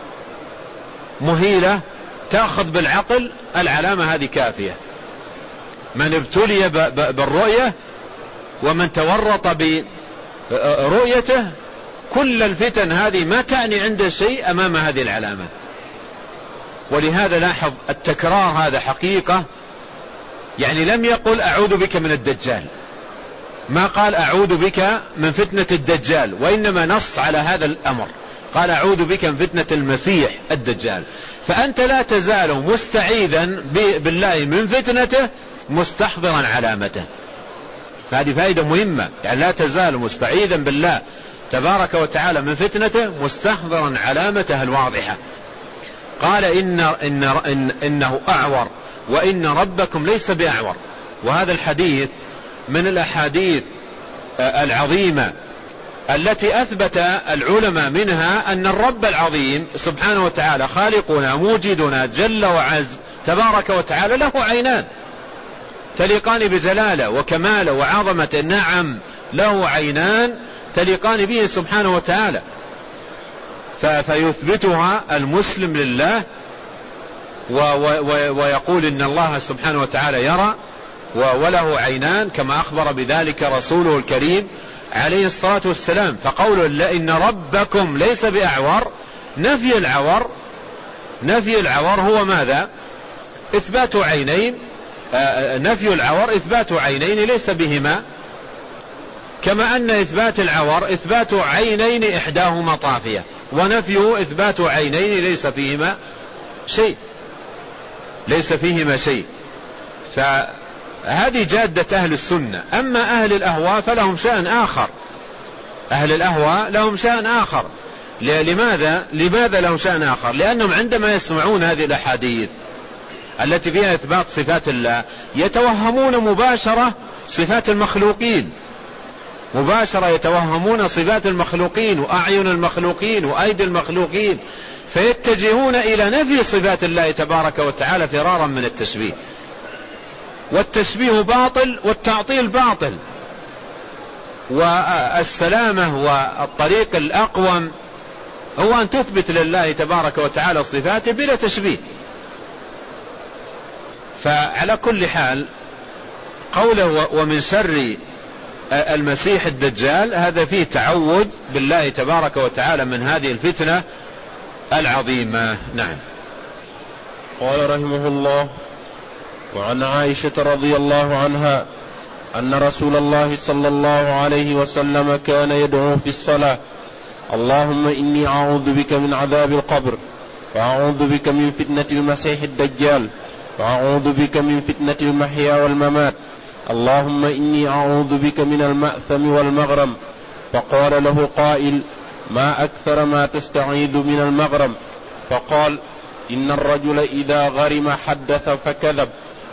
مهيلة تأخذ بالعقل، العلامة هذه كافية. من ابتلي بالرؤية ومن تورط برؤيته، كل الفتن هذه ما تعني عنده شيء أمام هذه العلامة. ولهذا لاحظ التكرار هذا حقيقة، يعني لم يقل أعوذ بك من الدجال، ما قال أعوذ بك من فتنة الدجال، وإنما نص على هذا الأمر، قال أعوذ بك من فتنة المسيح الدجال. فأنت لا تزال مستعيذا بالله من فتنته مستحضرا علامته. فهذه فائدة مهمة، يعني لا تزال مستعيذا بالله تبارك وتعالى من فتنته مستحضرا علامته الواضحة. قال إنه أعور وإن ربكم ليس بأعور. وهذا الحديث من الأحاديث العظيمة التي أثبت العلماء منها أن الرب العظيم سبحانه وتعالى خالقنا موجدنا جل وعز تبارك وتعالى له عينان تليقان بجلاله وكماله وعظمته. نعم، له عينان تليقان به سبحانه وتعالى، فيثبتها المسلم لله ويقول إن الله سبحانه وتعالى يرى وله عينان، كما أخبر بذلك رسوله الكريم عليه الصلاة والسلام. فقوله إن ربكم ليس بأعور، نفي العور هو ماذا؟ إثبات عينين. نفي العور إثبات عينين ليس بهما، كما أن إثبات العور إثبات عينين إحداهما طافية، ونفيه إثبات عينين ليس فيهما شيء. فهذه جادة أهل السنة. أما أهل الأهواء فلهم شأن آخر. لماذا لهم شأن آخر؟ لأنهم عندما يسمعون هذه الأحاديث التي فيها إثبات صفات الله يتوهمون مباشرة صفات المخلوقين، يتوهمون صفات المخلوقين وأعين المخلوقين وأيدي المخلوقين، فيتجهون إلى نفي صفات الله تبارك وتعالى فرارا من التشبيه. والتشبيه باطل والتعطيل باطل. والسلامة والطريق الأقوم هو أن تثبت لله تبارك وتعالى صفاته بلا تشبيه. فعلى كل حال قوله ومن شر المسيح الدجال هذا فيه تعوذ بالله تبارك وتعالى من هذه الفتنة العظيمة. نعم. قال رحمه الله: وعن عائشة رضي الله عنها أن رسول الله صلى الله عليه وسلم كان يدعو في الصلاة: اللهم إني أعوذ بك من عذاب القبر، وأعوذ بك من فتنة المسيح الدجال، وأعوذ بك من فتنة المحيا والممات، اللهم إني أعوذ بك من المأثم والمغرم. فقال له قائل: ما أكثر ما تستعيذ من المغرم؟ فقال: إن الرجل إذا غرم حدث فكذب،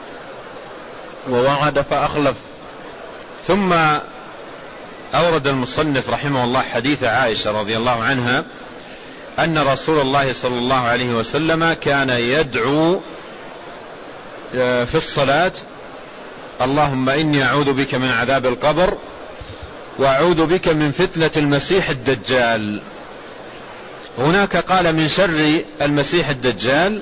ووعد فأخلف. ثم أورد المصنف رحمه الله حديث عائشة رضي الله عنها أن رسول الله صلى الله عليه وسلم كان يدعو في الصلاة: اللهم إني أعوذ بك من عذاب القبر، وأعوذ بك من فتنة المسيح الدجال. هناك قال من شر المسيح الدجال،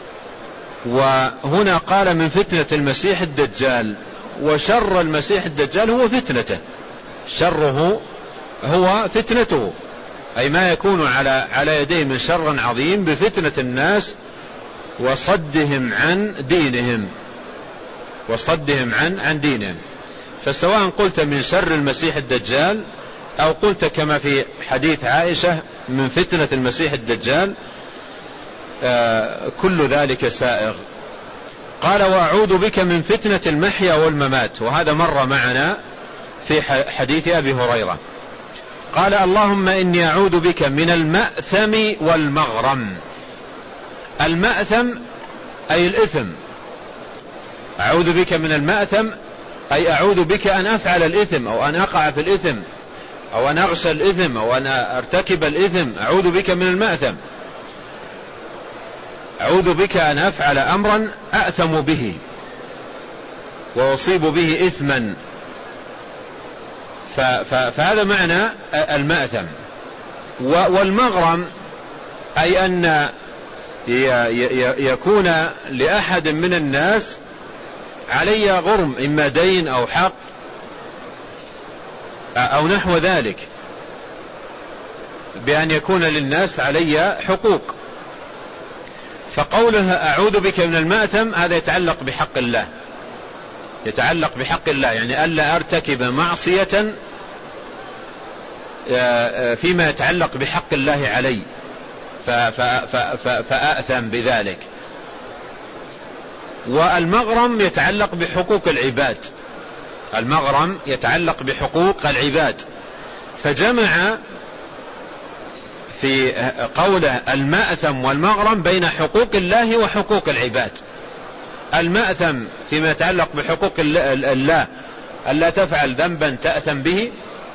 وهنا قال من فتنة المسيح الدجال. وشر المسيح الدجال هو فتنته، شره هو فتنته، أي ما يكون على يديه من شر عظيم بفتنة الناس وصدهم عن دينهم. فسواء قلت من شر المسيح الدجال أو قلت كما في حديث عائشة من فتنة المسيح الدجال، كل ذلك سائغ. قال: وأعوذ بك من فتنة المحيا والممات، وهذا مر معنا في حديث أبي هريرة. قال: اللهم إني أعوذ بك من المأثم والمغرم. المأثم أي الإثم، أعوذ بك من المأثم أي أعوذ بك أن أفعل الإثم أو أن أقع في الإثم أو أن أغشى الإثم أو أن أرتكب الإثم، أعوذ بك من المأثم، أعوذ بك أن أفعل أمرا أأثم به وأصيب به إثما. فهذا معنى المأثم. والمغرم أي أن يكون لأحد من الناس علي غرم، إما دين أو حق أو نحو ذلك، بأن يكون للناس علي حقوق. فقوله أعوذ بك من المأثم هذا يتعلق بحق الله، يعني ألا أرتكب معصية فيما يتعلق بحق الله علي فأأثم بذلك. والمغرم يتعلق بحقوق العباد، فجمع في قوله المأثم والمغرم بين حقوق الله وحقوق العباد. المأثم فيما يتعلق بحقوق الله ألا تفعل ذنبا تأثم به،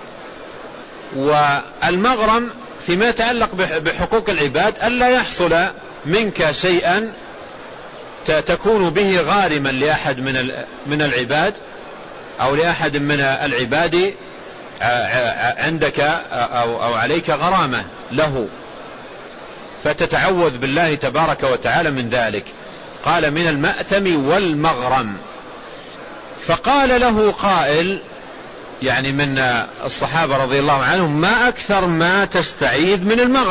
والمغرم فيما يتعلق بحقوق العباد ألا يحصل منك شيئا تكون به غارما لأحد من العباد أو لأحد من العباد عندك أو عليك غرامة له، فتتعوذ بالله تبارك وتعالى من ذلك. قال من المأثم والمغرم. فقال له قائل يعني من الصحابة رضي الله عنهم: ما أكثر ما تستعيذ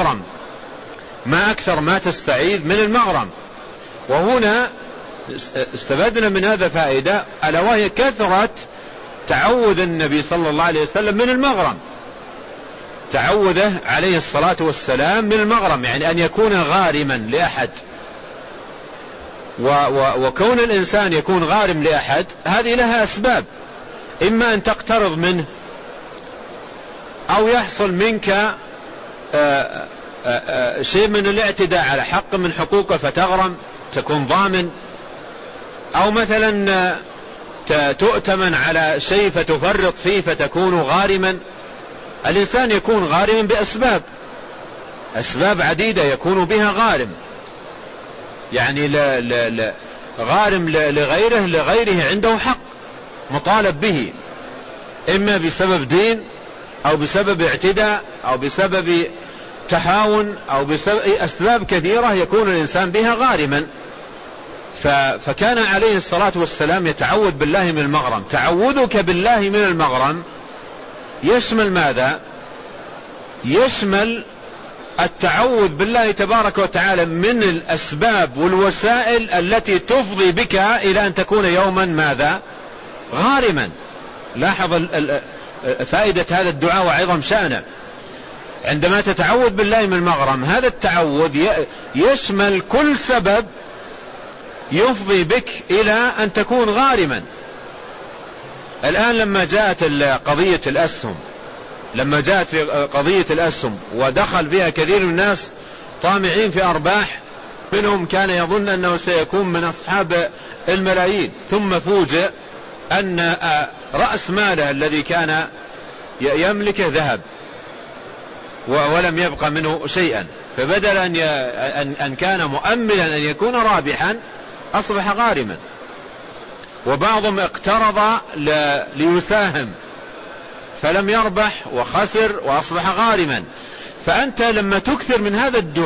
من المغرم. وهنا استفدنا من هذا فائدة، ألا وهي كثرة تعوذ النبي صلى الله عليه وسلم من المغرم، تعوذه عليه الصلاة والسلام من المغرم، يعني أن يكون غارما لأحد. وكون الإنسان يكون غارم لأحد هذه لها أسباب، إما أن تقترض منه أو يحصل منك شيء من الاعتداء على حق من حقوقه فتغرم تكون ضامن، أو مثلا تؤتمن على شيء فتفرط فيه فتكون غارما. الإنسان يكون غارما بأسباب عديدة يكون بها غارم، يعني غارم لغيره عنده حق مطالب به، إما بسبب دين أو بسبب اعتداء أو بسبب التهاون أو بسبب أسباب كثيرة يكون الإنسان بها غارما. فكان عليه الصلاة والسلام يتعوذ بالله من المغرم. تعوذك بالله من المغرم يشمل ماذا؟ يشمل التعوذ بالله تبارك وتعالى من الأسباب والوسائل التي تفضي بك إلى أن تكون يوما ماذا؟ غارما. لاحظ فائدة هذا الدعاء وعظم شأنه. عندما تتعوذ بالله من المغرم هذا التعوذ يشمل كل سبب يفضي بك إلى أن تكون غارما. الآن لما جاءت قضية الأسهم، لما جاءت في قضية الأسهم ودخل فيها كثير من الناس طامعين في أرباح، منهم كان يظن أنه سيكون من أصحاب الملايين، ثم فوجئ أن رأس ماله الذي كان يملكه ذهب ولم يبقى منه شيئا، فبدل أن كان مؤملا أن يكون رابحا أصبح غارما. وبعضهم اقترض ليساهم فلم يربح وخسر وأصبح غارما. فأنت لما تكثر من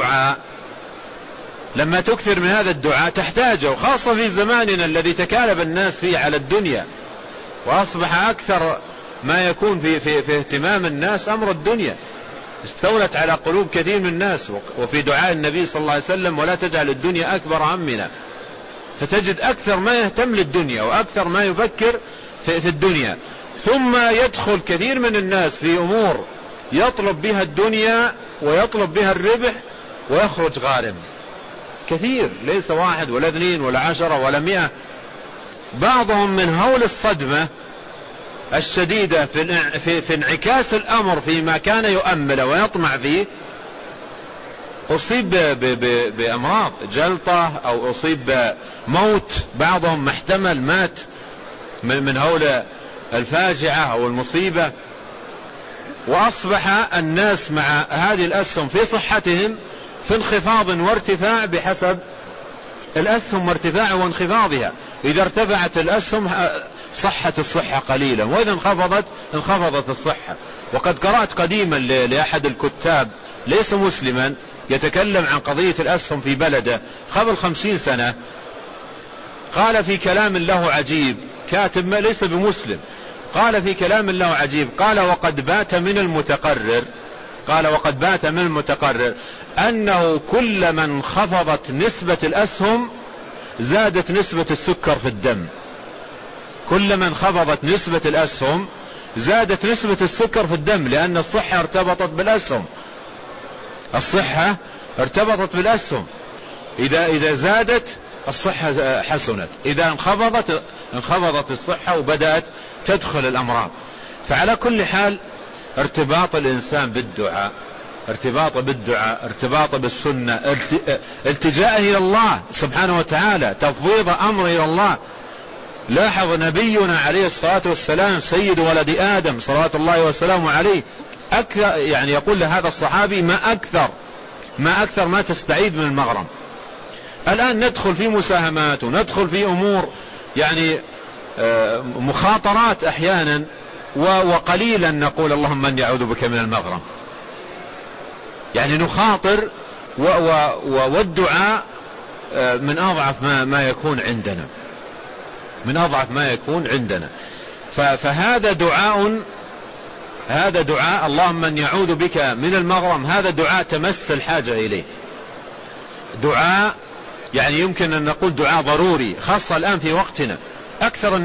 هذا الدعاء تحتاجه، خاصة في زماننا الذي تكالب الناس فيه على الدنيا، وأصبح أكثر ما يكون في اهتمام الناس أمر الدنيا، استولت على قلوب كثير من الناس. وفي دعاء النبي صلى الله عليه وسلم ولا تجعل الدنيا أكبر همنا، فتجد أكثر ما يهتم للدنيا وأكثر ما يفكر في الدنيا. ثم يدخل كثير من الناس في أمور يطلب بها الدنيا ويطلب بها الربح ويخرج غارم. كثير، ليس واحد ولا اثنين ولا 10 ولا 100. بعضهم من هول الصدمة الشديدة في انعكاس الأمر فيما كان يؤمل ويطمع فيه أصيب بأمراض جلطة أو أصيب بموت. بعضهم محتمل مات من هول الفاجعة أو المصيبة. وأصبح الناس مع هذه الأسهم في صحتهم في انخفاض وارتفاع بحسب الأسهم وارتفاع وانخفاضها. إذا ارتفعت الأسهم صحت الصحة قليلا، وإذا انخفضت الصحة. وقد قرأت قديما لأحد الكتاب ليس مسلما يتكلم عن قضية الأسهم في بلده قبل 50 سنة، قال في كلام له عجيب، كاتب ما ليس بمسلم، قال في كلام له عجيب، قال وقد بات من المتقرر أنه كلما انخفضت نسبة الأسهم زادت نسبة السكر في الدم. كلما انخفضت نسبة الأسهم زادت نسبة السكر في الدم، لأن الصحة ارتبطت بالأسهم. إذا زادت الصحة حسنت، إذا انخفضت الصحة وبدأت تدخل الأمراض. فعلى كل حال ارتباط الإنسان بالدعاء، ارتباط بالسنة، التجاءه إلى الله سبحانه وتعالى، تفويض أمره إلى الله. لاحظ نبينا عليه الصلاة والسلام سيد ولد آدم صلوات الله وسلامه عليه، أكثر يعني يقول لهذا الصحابي ما أكثر ما تستعيد من المغرم. الآن ندخل في مساهمات وندخل في أمور يعني مخاطرات أحيانا، وقليلا نقول اللهم من يعوذ بك من المغرم. يعني نخاطر والدعاء من أضعف ما يكون عندنا. فهذا دعاء اللهم من يعوذ بك من المغرم، هذا دعاء تمس الحاجة إليه، دعاء يعني يمكن أن نقول دعاء ضروري، خاصة الآن في وقتنا أكثر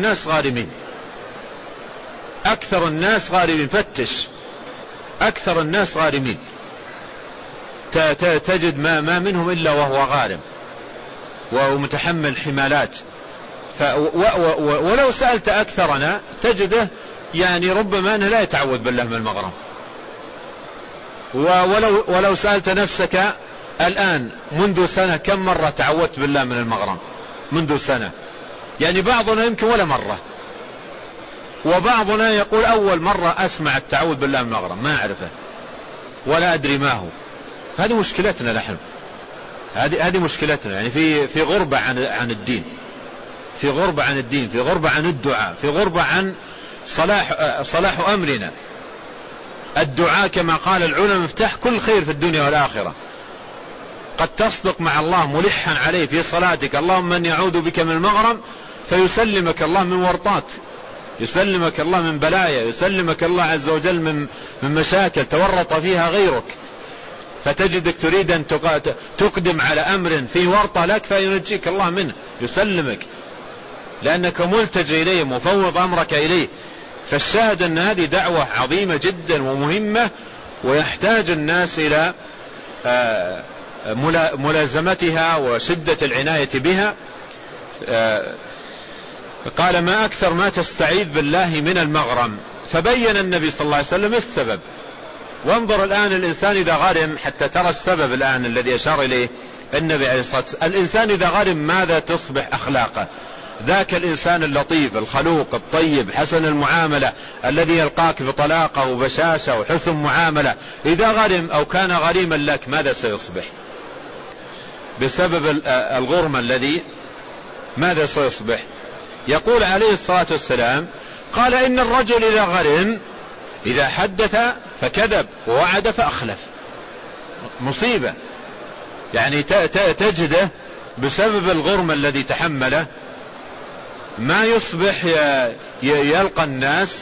الناس غارمين. فتش أكثر الناس غارمين، تجد ما منهم إلا وهو غارم ومتحمل حمالات. ولو سألت أكثرنا تجده يعني ربما أنه لا يتعوذ بالله من المغرم. ولو سألت نفسك الآن منذ سنة كم مرة تعوذت بالله من المغرم منذ سنة؟ يعني بعضنا يمكن ولا مرة، وبعضنا يقول أول مرة أسمع التعوذ بالله من المغرم ما أعرفه ولا أدري ما هو. هذه مشكلتنا نحن، هذه مشكلتنا، يعني في غربة عن الدين، في غربة عن الدعاء، في غربة عن صلاح أمرنا. الدعاء كما قال العلماء مفتاح كل خير في الدنيا والآخرة. قد تصدق مع الله ملحا عليه في صلاتك اللهم من يعوذ بك من المغرم، فيسلمك الله من ورطات، يسلمك الله من بلايا، يسلمك الله عز وجل من مشاكل تورط فيها غيرك، فتجدك تريد أن تقدم على أمر في ورطة لك فينجيك الله منه، يسلمك لأنك ملتجئ إليه مفوض أمرك إليه. فالشاهد أن هذه دعوة عظيمة جدا ومهمة، ويحتاج الناس إلى ملازمتها وشدة العناية بها. قال ما أكثر ما تستعيذ بالله من المغرم، فبين النبي صلى الله عليه وسلم السبب. وانظر الآن الإنسان إذا غرم، حتى ترى السبب الآن الذي أشار إليه النبي عليه الصلاة والسلام. الإنسان إذا غرم ماذا تصبح أخلاقه؟ ذاك الإنسان اللطيف الخلوق الطيب حسن المعاملة الذي يلقاك بطلاقة وبشاشة وحسن معاملة، إذا غرم أو كان غريما لك ماذا سيصبح؟ بسبب الغرم الذي ماذا سيصبح؟ يقول عليه الصلاة والسلام قال إن الرجل إذا غرم إذا حدث فكذب ووعد فأخلف. مصيبة، يعني تجده بسبب الغرم الذي تحمله ما يصبح يلقى الناس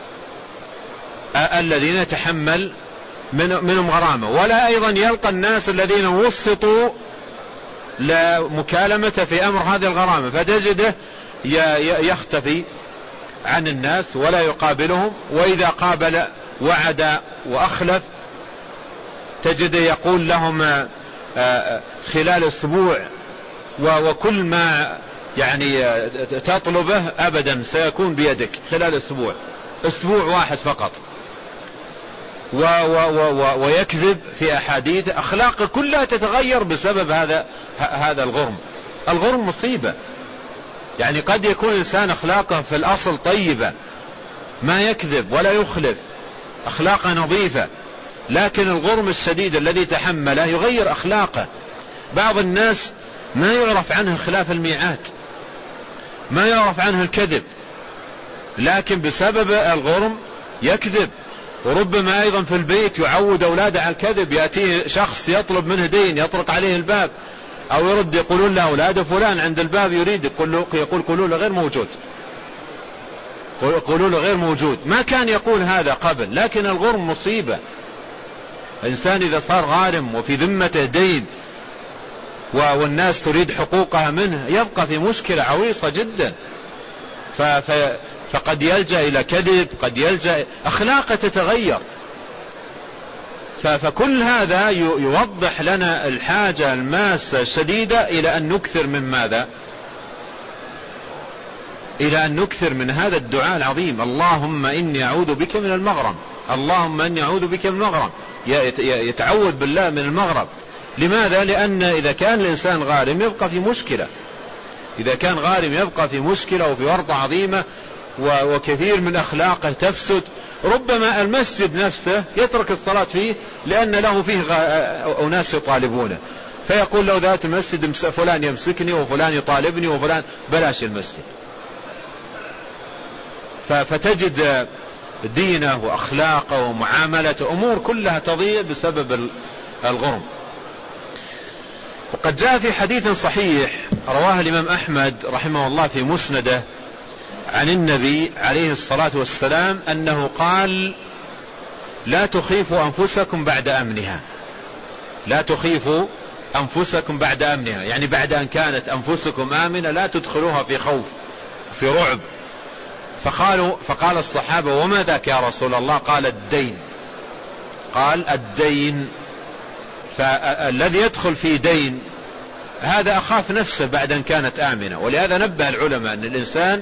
الذين يتحمل منهم غرامة، ولا أيضا يلقى الناس الذين وسطوا لمكالمة في أمر هذه الغرامة، فتجده يختفي عن الناس ولا يقابلهم، وإذا قابل وعد وأخلف. تجده يقول لهم خلال أسبوع، وكل ما يعني تطلبه أبدا سيكون بيدك خلال أسبوع واحد فقط، ويكذب في أحاديث. أخلاقه كلها تتغير بسبب هذا الغرم مصيبة. يعني قد يكون إنسان أخلاقه في الأصل طيبة، ما يكذب ولا يخلف، أخلاقه نظيفة، لكن الغرم الشديد الذي تحمله يغير أخلاقه. بعض الناس ما يعرف عنه خلاف الميعاد، ما يعرف عنه الكذب، لكن بسبب الغرم يكذب. وربما أيضا في البيت يعود أولاده على الكذب، يأتيه شخص يطلب منه دين يطرق عليه الباب أو يرد، يقولون له أولاده فلان عند الباب يريد، يقول قولوا له غير موجود، قولوا له غير موجود. ما كان يقول هذا قبل، لكن الغرم مصيبة. الإنسان إذا صار غارم وفي ذمته دين والناس تريد حقوقها منه يبقى في مشكلة عويصة جدا، فقد يلجأ إلى كذب، قد يلجأ أخلاقه تتغير. فكل هذا يوضح لنا الحاجة الماسة الشديدة إلى أن نكثر من ماذا؟ إلى أن نكثر من هذا الدعاء العظيم، اللهم إني أعوذ بك من المغرم، اللهم إني أعوذ بك من المغرم. يتعوذ بالله من المغرم. لماذا؟ لأن إذا كان الإنسان غارم يبقى في مشكلة، إذا كان غارم يبقى في مشكلة وفي ورطة عظيمة، وكثير من أخلاقه تفسد. ربما المسجد نفسه يترك الصلاة فيه لأن له فيه أناس يطالبونه، فيقول له ذات المسجد فلان يمسكني وفلان يطالبني وفلان، بلاش المسجد. فتجد دينه وأخلاقه ومعاملته أمور كلها تضيع بسبب الغرم. وقد جاء في حديث صحيح رواه الإمام أحمد رحمه الله في مسنده عن النبي عليه الصلاة والسلام أنه قال لا تخيفوا أنفسكم بعد أمنها، لا تخيفوا أنفسكم بعد أمنها، يعني بعد أن كانت أنفسكم آمنة لا تدخلوها في خوف في رعب. فقال الصحابة وما ذاك يا رسول الله؟ قال الدين. قال الدين، فالذي يدخل في دين هذا أخاف نفسه بعد أن كانت آمنة. ولهذا نبه العلماء أن الإنسان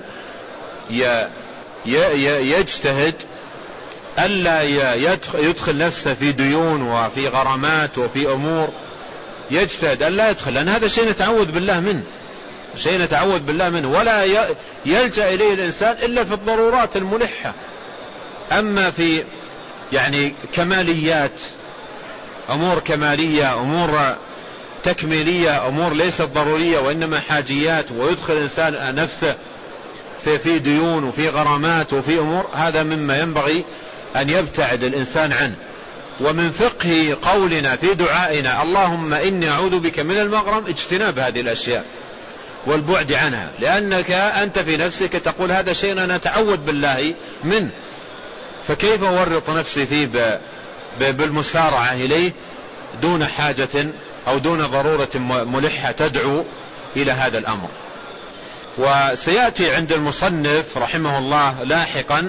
يجتهد ألا يدخل نفسه في ديون وفي غرامات وفي أمور، يجتهد ألا يدخل، لأن هذا شيء نتعوذ بالله منه، شيء نتعوذ بالله منه، ولا يلجأ إليه الإنسان إلا في الضرورات الملحة. أما في يعني كماليات، أمور كمالية، أمور تكميلية، أمور ليست ضرورية وإنما حاجيات، ويدخل الإنسان نفسه في ديون وفي غرامات وفي أمور، هذا مما ينبغي أن يبتعد الإنسان عنه. ومن فقه قولنا في دعائنا اللهم إني أعوذ بك من المغرم اجتناب هذه الأشياء والبعد عنها، لأنك أنت في نفسك تقول هذا شيء أنا أتعوذ بالله منه، فكيف أورط نفسي فيه بالمسارعة إليه دون حاجة أو دون ضرورة ملحة تدعو إلى هذا الأمر. وسيأتي عند المصنف رحمه الله لاحقا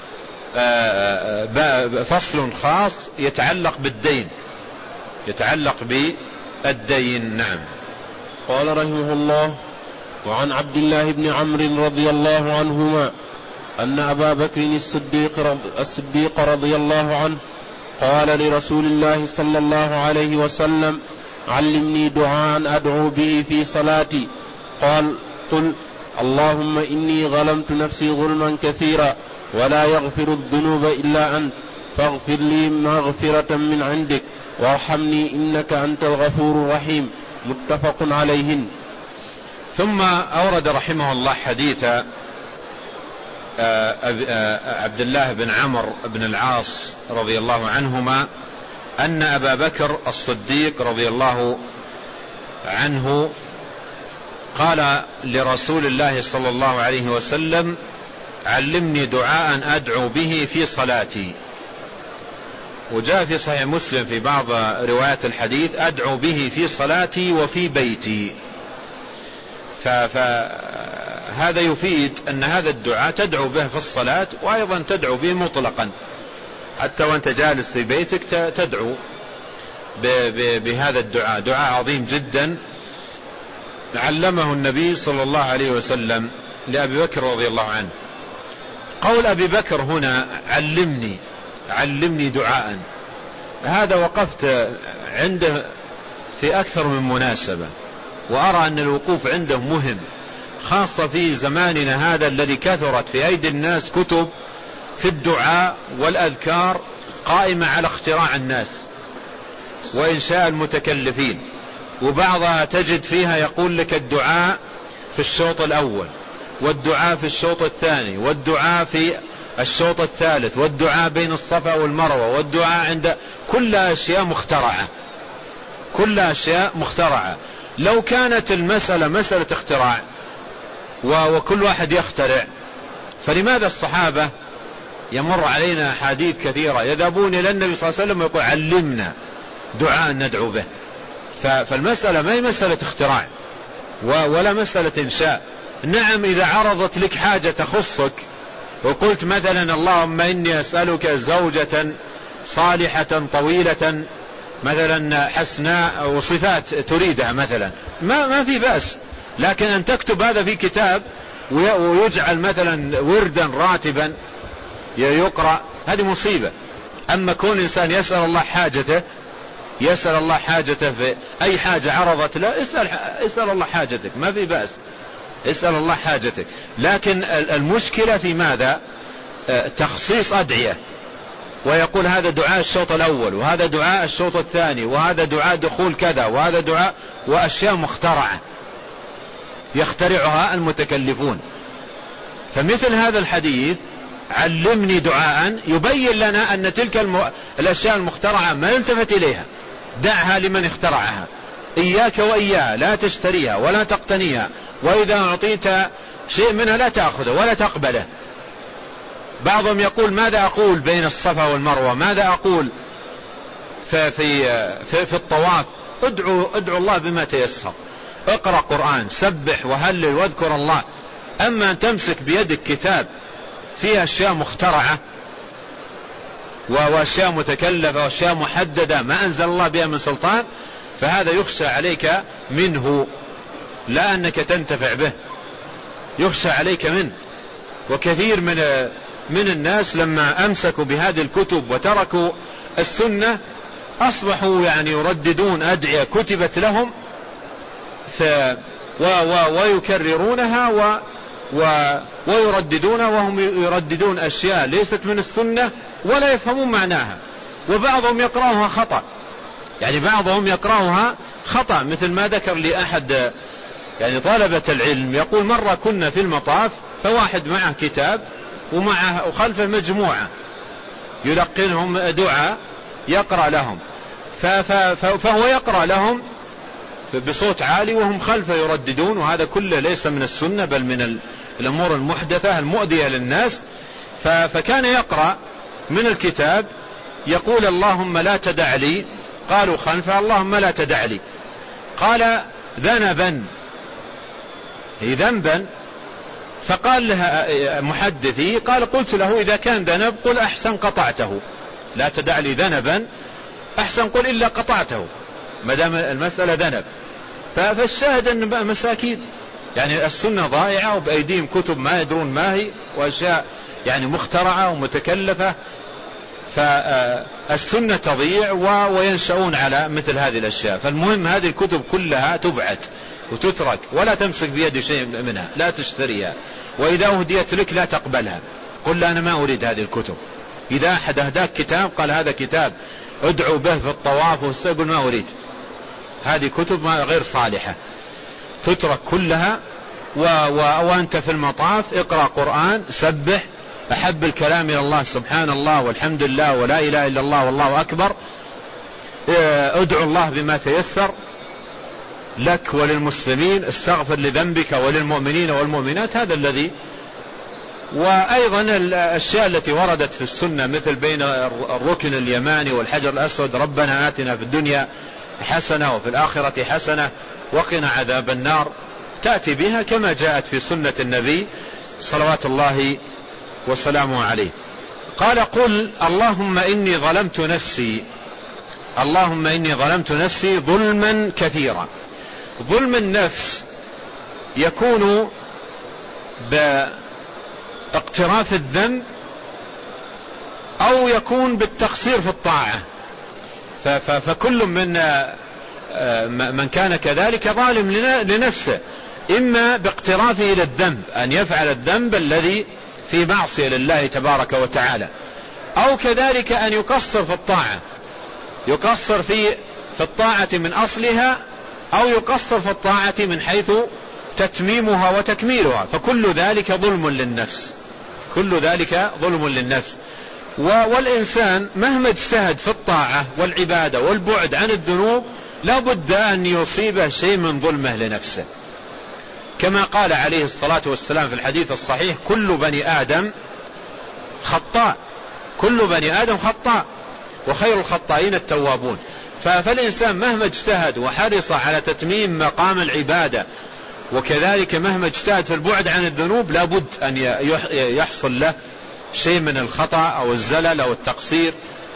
فصل خاص يتعلق بالدين، يتعلق بالدين. نعم. قال رحمه الله: وعن عبد الله بن عمرو رضي الله عنهما أن أبا بكر الصديق رضي الله عنه قال لرسول الله صلى الله عليه وسلم: علمني دعاء أدعو به في صلاتي. قال: قل اللهم إني ظلمت نفسي ظلما كثيرا ولا يغفر الذنوب إلا أنت فاغفر لي مغفرة من عندك وارحمني إنك أنت الغفور الرحيم. متفق عليهن. ثم أورد رحمه الله حديث عبد الله بن عمرو بن العاص رضي الله عنهما أن أبا بكر الصديق رضي الله عنه قال لرسول الله صلى الله عليه وسلم: علمني دعاء أدعو به في صلاتي. وجاء في صحيح مسلم في بعض روايات الحديث: أدعو به في صلاتي وفي بيتي. فهذا يفيد أن هذا الدعاء تدعو به في الصلاة وأيضا تدعو به مطلقا، حتى وأنت جالس في بيتك تدعو بهذا الدعاء. دعاء عظيم جدا علمه النبي صلى الله عليه وسلم لأبي بكر رضي الله عنه. قول أبي بكر هنا علمني دعاء، هذا وقفت عنده في أكثر من مناسبة، وأرى أن الوقوف عنده مهم، خاصة في زماننا هذا الذي كثرت في أيدي الناس كتب في الدعاء والأذكار قائمة على اختراع الناس وإنشاء المتكلفين، وبعضها تجد فيها يقول لك الدعاء في الشوط الأول، والدعاء في الشوط الثاني، والدعاء في الشوط الثالث، والدعاء بين الصفا والمروة، والدعاء عند كل أشياء مخترعة. لو كانت المسألة مسألة اختراع وكل واحد يخترع، فلماذا الصحابة يمر علينا حديث كثيرة يذهبون إلى النبي صلى الله عليه وسلم ويقول علمنا دعاء ندعو به؟ فالمسألة ما هي مسألة اختراع ولا مسألة إنشاء. نعم، إذا عرضت لك حاجة تخصك وقلت مثلا اللهم إني أسألك زوجة صالحة طويلة مثلا حسناء وصفات تريدها مثلا، ما في بأس، لكن أن تكتب هذا في كتاب ويجعل مثلا وردا راتبا يقرأ، هذه مصيبة. أما كون إنسان يسأل الله حاجته في أي حاجة عرضت له، اسأل الله حاجتك، ما في بأس، اسأل الله حاجتك. لكن المشكلة في ماذا؟ تخصيص أدعية، ويقول هذا دعاء الشوط الأول، وهذا دعاء الشوط الثاني، وهذا دعاء دخول كذا، وهذا دعاء، وأشياء مخترعة يخترعها المتكلفون. فمثل هذا الحديث علمني دعاء يبين لنا أن تلك الأشياء المخترعة ما يلتفت إليها، دعها لمن اخترعها، إياك وإياها، لا تشتريها ولا تقتنيها، وإذا أعطيت شيء منها لا تأخذه ولا تقبله. بعضهم يقول ماذا أقول بين الصفا والمروة، ماذا أقول في الطواف؟ ادعو الله بما تيسر، اقرأ قرآن، سبح وهلل واذكر الله. أما أن تمسك بيدك كتاب فيها أشياء مخترعة وأشياء متكلفة وأشياء محددة ما أنزل الله بها من سلطان، فهذا يخشى عليك منه، لا أنك تنتفع به، يخشى عليك منه. وكثير من الناس لما أمسكوا بهذه الكتب وتركوا السنة أصبحوا يعني يرددون أدعية كتبت لهم ويكررونها ويرددونها، وهم يرددون أشياء ليست من السنة ولا يفهمون معناها. وبعضهم يقرأها خطأ، يعني بعضهم يقرأها خطأ، مثل ما ذكر لي أحد يعني طلبة العلم، يقول مرة كنا في المطاف فواحد معه كتاب ومعه وخلفه مجموعة، يلقنهم دعاء يقرأ لهم، فهو يقرأ لهم بصوت عالي وهم خلفه يرددون، وهذا كله ليس من السنة بل من الأمور المحدثة المؤذية للناس. فكان يقرأ من الكتاب يقول اللهم لا تدع لي، قالوا خلفه اللهم لا تدع لي، قال ذنبا هي ذنبا، فقال لها محدثي قال قلت له إذا كان ذنب قل أحسن قطعته، لا تدع لي ذنبا أحسن قل إلا قطعته ما دام المسألة ذنب. فالشاهد أن مساكين يعني السنة ضائعة وبأيديهم كتب ما يدرون ما هي وأشياء يعني مخترعة ومتكلفة، فالسنة تضيع وينشأون على مثل هذه الأشياء. فالمهم هذه الكتب كلها تبعد وتترك ولا تمسك بيد شيء منها، لا تشتريها، وإذا أهديت لك لا تقبلها، قل أنا ما أريد هذه الكتب. إذا أحد أهداك كتاب قال هذا كتاب ادعو به في الطواف واستقبل، ما أريد، هذه كتب غير صالحة، تترك كلها. وأنت في المطاف اقرأ قرآن، سبح، أحب الكلام إلى الله سبحان الله والحمد لله ولا إله إلا الله والله أكبر، ادعو الله بما تيسر لك وللمسلمين، استغفر لذنبك وللمؤمنين والمؤمنات، هذا الذي. وأيضا الأشياء التي وردت في السنة مثل بين الركن اليماني والحجر الأسود ربنا آتنا في الدنيا حسنة وفي الآخرة حسنة وقنا عذاب النار، تأتي بها كما جاءت في سنة النبي صلوات الله وسلامه عليه. قال قل اللهم إني ظلمت نفسي، اللهم إني ظلمت نفسي ظلما كثيرا. ظلم النفس يكون باقتراف الذنب أو يكون بالتقصير في الطاعة، فكل من كان كذلك ظالم لنفسه، إما باقترافه إلى الذنب أن يفعل الذنب الذي في معصية لله تبارك وتعالى، أو كذلك أن يقصر في الطاعة، يقصر في الطاعة من أصلها، أو يقصر في الطاعة من حيث تتميمها وتكميلها، فكل ذلك ظلم للنفس، كل ذلك ظلم للنفس. والإنسان مهما اجتهد في الطاعة والعبادة والبعد عن الذنوب لا بد أن يصيبه شيء من ظلمه لنفسه، كما قال عليه الصلاة والسلام في الحديث الصحيح كل بني آدم خطاء، كل بني آدم خطاء وخير الخطائين التوابون. فالإنسان مهما اجتهد وحرص على تتميم مقام العبادة، وكذلك مهما اجتهد في البعد عن الذنوب لابد أن يحصل له شيء من الخطأ أو الزلل أو التقصير.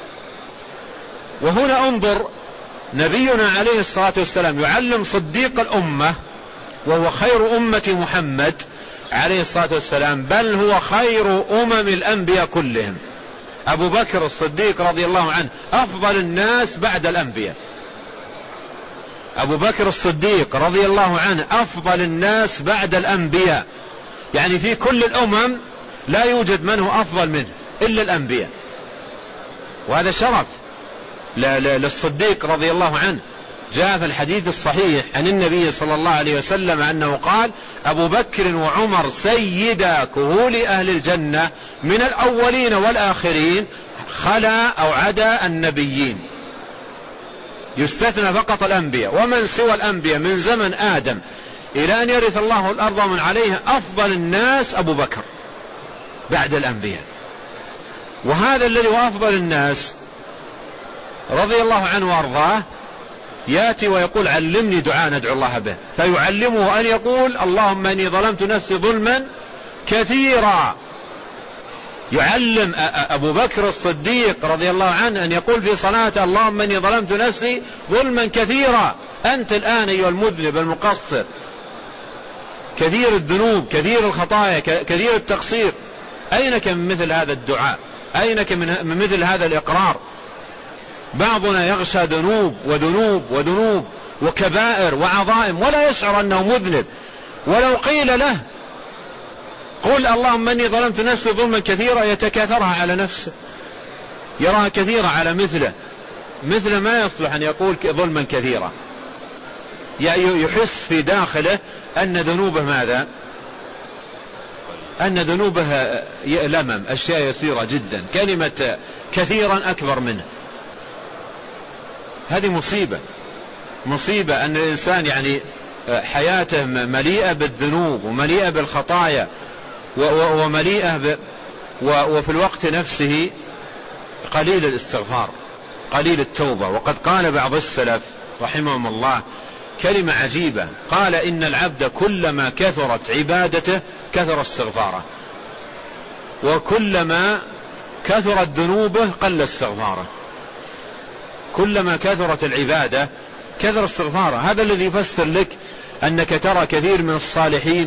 وهنا انظر نبينا عليه الصلاة والسلام يعلم صديق الأمة وهو خير أمة محمد عليه الصلاة والسلام، بل هو خير الأنبياء كلهم. أبو بكر الصديق رضي الله عنه أفضل الناس بعد الأنبياء، أبو بكر الصديق رضي الله عنه أفضل الناس بعد الأنبياء، يعني في كل الأمم لا يوجد من هو أفضل منه إلا الأنبياء، وهذا شرف للصديق رضي الله عنه. جاء في الحديث الصحيح عن النبي صلى الله عليه وسلم أنه قال أبو بكر وعمر سيدا كهول أهل الجنة من الأولين والآخرين خلا أو عدا النبيين، يستثنى فقط الأنبياء، ومن سوى الأنبياء من زمن آدم إلى أن يرث الله الأرض من عليها أفضل الناس أبو بكر بعد الأنبياء. وهذا الذي هو أفضل الناس رضي الله عنه وأرضاه يأتي ويقول علمني دعاء ندعو الله به، فيعلمه أن يقول اللهم إني ظلمت نفسي ظلما كثيرا. يعلم أبو بكر الصديق رضي الله عنه أن يقول في صلاته اللهم إني ظلمت نفسي ظلما كثيرا. أنت الآن أيها المذنب المقصر كثير الذنوب كثير الخطايا كثير التقصير، أينك من مثل هذا الدعاء؟ أينك من مثل هذا الإقرار؟ بعضنا يغشى ذنوب وذنوب وذنوب وكبائر وعظائم ولا يشعر أنه مذنب، ولو قيل له قل اللهم إني ظلمت نفسي ظلما كثيرا يتكاثرها على نفسه، يراها كثيرة على مثل ما يصلح أن يقول ظلما كثيرا، يحس في داخله أن ذنوبه ماذا؟ أن ذنوبه لمم، أشياء يسيرة جدا. كلمة كثيرا أكبر منه. هذه مصيبة أن الإنسان يعني حياته مليئة بالذنوب ومليئة بالخطايا ومليئة وفي الوقت نفسه قليل الاستغفار، قليل التوبة. وقد قال بعض السلف رحمهم الله كلمة عجيبة، قال إن العبد كلما كثرت عبادته كثر استغفاره، وكلما كثرت ذنوبه قل استغفاره. كلما كثرت العبادة كثر استغفاره. هذا الذي يفسر لك أنك ترى كثير من الصالحين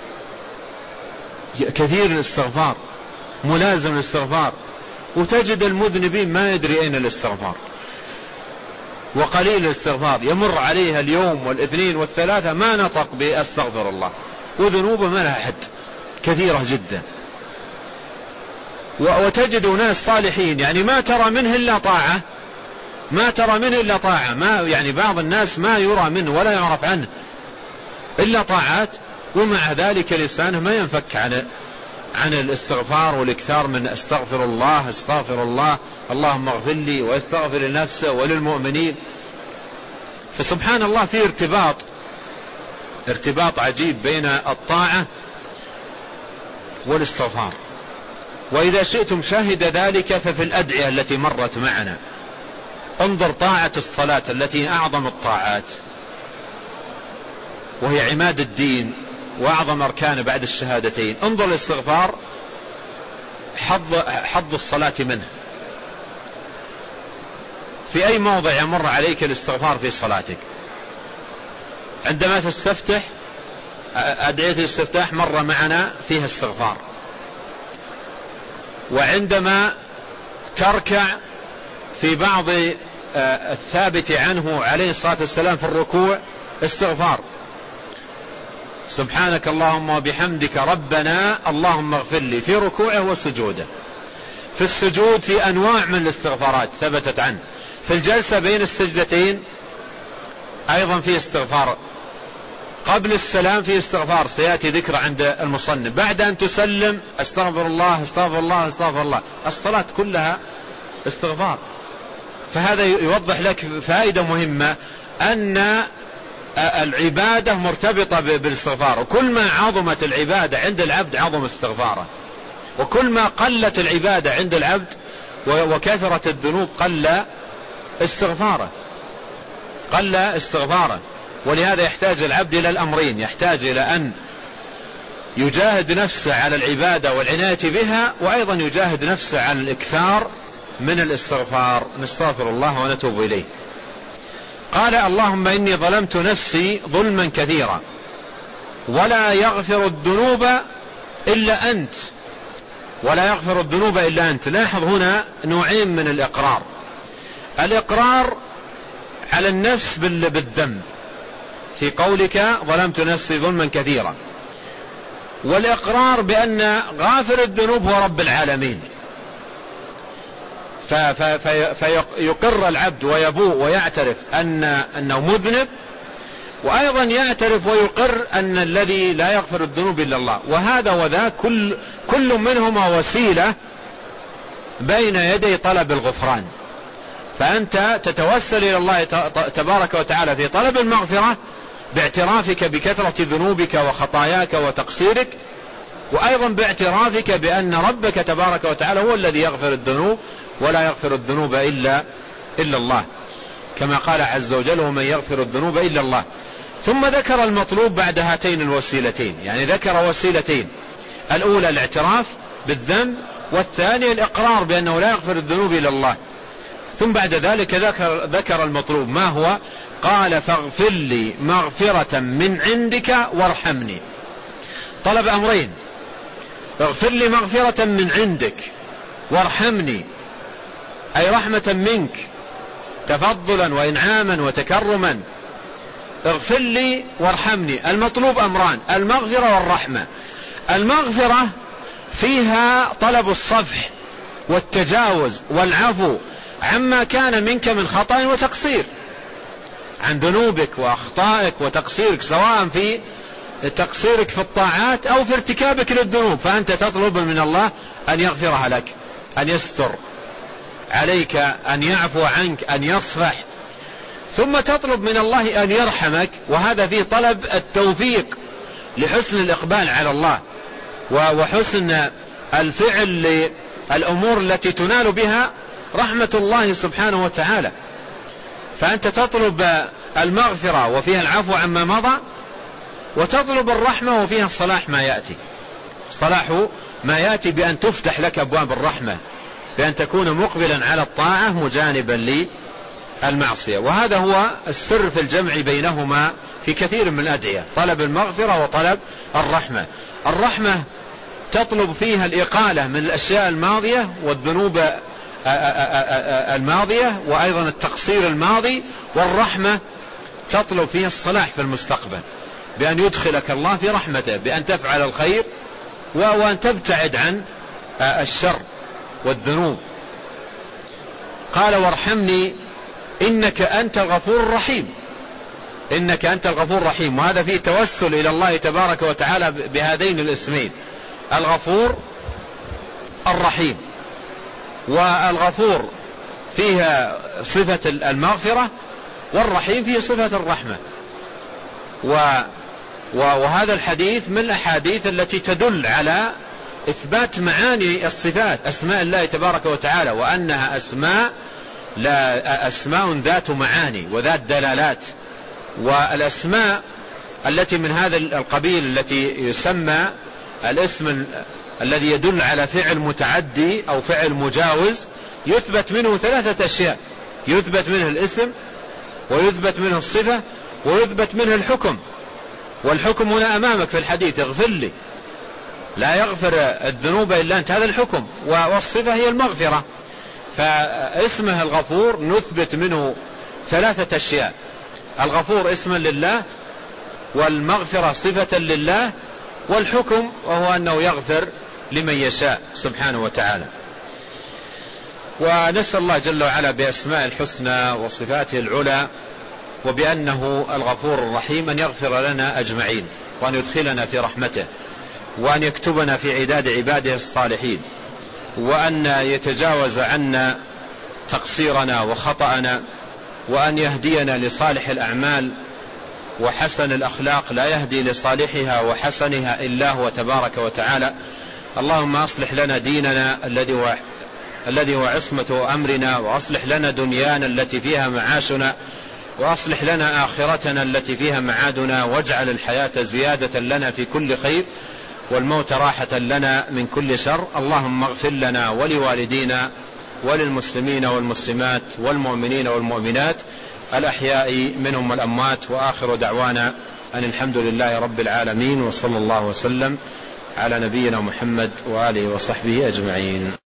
كثير الاستغفار، ملازم الاستغفار، وتجد المذنبين ما يدري أين الاستغفار، وقليل الاستغفار، يمر عليها اليوم والاثنين والثلاثة ما نطق بأستغفر الله، وذنوبه ما لها حد كثيرة جدا. وتجد ناس صالحين يعني ما ترى منه إلا طاعة، ما يعني بعض الناس ما يرى منه ولا يعرف عنه إلا طاعات، ومع ذلك لسانه ما ينفك عن الاستغفار والاكثار من استغفر الله اللهم اغفر لي، ويستغفر لنفسه وللمؤمنين. فسبحان الله في ارتباط عجيب بين الطاعة والاستغفار. وإذا شئتم شاهد ذلك ففي الأدعية التي مرت معنا. انظر طاعة الصلاة التي أعظم الطاعات وهي عماد الدين وأعظم أركان بعد الشهادتين، انظر الاستغفار حظ الصلاة منه. في أي موضع يمر عليك الاستغفار في صلاتك؟ عندما تستفتح أدعية الاستفتاح مر معنا فيها استغفار، وعندما تركع في بعض الثابت عنه عليه الصلاة والسلام في الركوع استغفار، سبحانك اللهم وبحمدك ربنا اللهم اغفر لي، في ركوعه وسجوده. في السجود في أنواع من الاستغفارات ثبتت عنه. في الجلسة بين السجدتين أيضا في استغفار. قبل السلام في استغفار سيأتي ذكر عند المصنف. بعد أن تسلم استغفر الله استغفر الله استغفر الله. الصلاة كلها استغفار. فهذا يوضح لك فائدة مهمة، أن العبادة مرتبطة بالاستغفار، وكل ما عظمت العبادة عند العبد عظم استغفاره، وكل ما قلت العبادة عند العبد وكثرت الذنوب قل استغفاره. ولهذا يحتاج العبد إلى الأمرين، يحتاج إلى أن يجاهد نفسه على العبادة والعناية بها، وأيضا يجاهد نفسه على الإكثار من الاستغفار. نستغفر الله ونتوب إليه. قال اللهم إني ظلمت نفسي ظلما كثيرا ولا يغفر الذنوب إلا أنت. لاحظ هنا نوعين من الإقرار على النفس بالذنب في قولك ظلمت نفسي ظلما كثيرا، والإقرار بأن غافر الذنوب هو رب العالمين. فيقر العبد ويبوء ويعترف أنه مذنب، وأيضا يعترف ويقر أن الذي لا يغفر الذنوب إلا الله. وهذا وذا كل منهما وسيلة بين يدي طلب الغفران. فأنت تتوسل إلى الله تبارك وتعالى في طلب المغفرة باعترافك بكثرة ذنوبك وخطاياك وتقصيرك، وأيضا باعترافك بأن ربك تبارك وتعالى هو الذي يغفر الذنوب ولا يغفر الذنوب إلا الله، كما قال عز وجل ومن يغفر الذنوب إلا الله. ثم ذكر المطلوب بعد هاتين الوسيلتين، يعني ذكر وسيلتين، الأولى الاعتراف بالذنب، والثانية الإقرار بأنه لا يغفر الذنوب إلا الله. ثم بعد ذلك ذكر المطلوب ما هو؟ قال فاغفر لي مغفرة من عندك وارحمني. طلب أمرين، اغفر لي مغفرة من عندك وارحمني، أي رحمة منك تفضلا وإنعاما وتكرما. اغفر لي وارحمني. المطلوب أمران، المغفرة والرحمة. المغفرة فيها طلب الصفح والتجاوز والعفو عما كان منك من خطأ وتقصير، عن ذنوبك وأخطائك وتقصيرك، سواء في تقصيرك في الطاعات أو في ارتكابك للذنوب، فأنت تطلب من الله أن يغفرها لك، أن يستر عليك أن يعفو عنك، أن يصفح، ثم تطلب من الله أن يرحمك، وهذا فيه طلب التوفيق لحسن الإقبال على الله وحسن الفعل للأمور التي تنال بها رحمة الله سبحانه وتعالى. فأنت تطلب المغفرة وفيها العفو عما مضى، وتطلب الرحمة وفيها صلاح ما يأتي بأن تفتح لك أبواب الرحمة، بأن تكون مقبلا على الطاعة مجانبا للمعصية. وهذا هو السر في الجمع بينهما في كثير من الأدعية، طلب المغفرة وطلب الرحمة. الرحمة تطلب فيها الإقالة من الأشياء الماضية والذنوب الماضية وأيضا التقصير الماضي، والرحمة تطلب فيها الصلاح في المستقبل، بأن يدخلك الله في رحمته، بأن تفعل الخير وأن تبتعد عن الشر والذنوب. قال وارحمني إنك أنت الغفور الرحيم، إنك أنت الغفور الرحيم. وهذا فيه توسل إلى الله تبارك وتعالى بهذين الاسمين، الغفور الرحيم. والغفور فيها صفة المغفرة، والرحيم فيه صفة الرحمة. وهذا الحديث من الأحاديث التي تدل على إثبات معاني الصفات، أسماء الله تبارك وتعالى، وأنها أسماء ذات معاني وذات دلالات. والأسماء التي من هذا القبيل التي يسمى الاسم الذي يدل على فعل متعدي أو فعل مجاوز، يثبت منه 3 أشياء: يثبت منه الاسم، ويثبت منه الصفة، ويثبت منه الحكم. والحكم هنا أمامك في الحديث: اغفر لي، لا يغفر الذنوب إلا أنت، هذا الحكم. والصفة هي المغفرة. فاسمه الغفور نثبت منه 3 أشياء: الغفور اسما لله، والمغفرة صفة لله، والحكم وهو أنه يغفر لمن يشاء سبحانه وتعالى. ونسأل الله جل وعلا بأسماء الحسنى وصفاته العلى وبأنه الغفور الرحيم أن يغفر لنا أجمعين، وأن يدخلنا في رحمته، وأن يكتبنا في عداد عباده الصالحين، وأن يتجاوز عنا تقصيرنا وخطأنا، وأن يهدينا لصالح الأعمال وحسن الأخلاق، لا يهدي لصالحها وحسنها إلا هو تبارك وتعالى. اللهم أصلح لنا ديننا الذي هو عصمة أمرنا، وأصلح لنا دنيانا التي فيها معاشنا، وأصلح لنا آخرتنا التي فيها معادنا، واجعل الحياة زيادة لنا في كل خير، والموت راحة لنا من كل شر. اللهم اغفر لنا ولوالدينا وللمسلمين والمسلمات والمؤمنين والمؤمنات الأحياء منهم والأموات. وآخر دعوانا أن الحمد لله رب العالمين، وصلى الله وسلم على نبينا محمد وآله وصحبه أجمعين.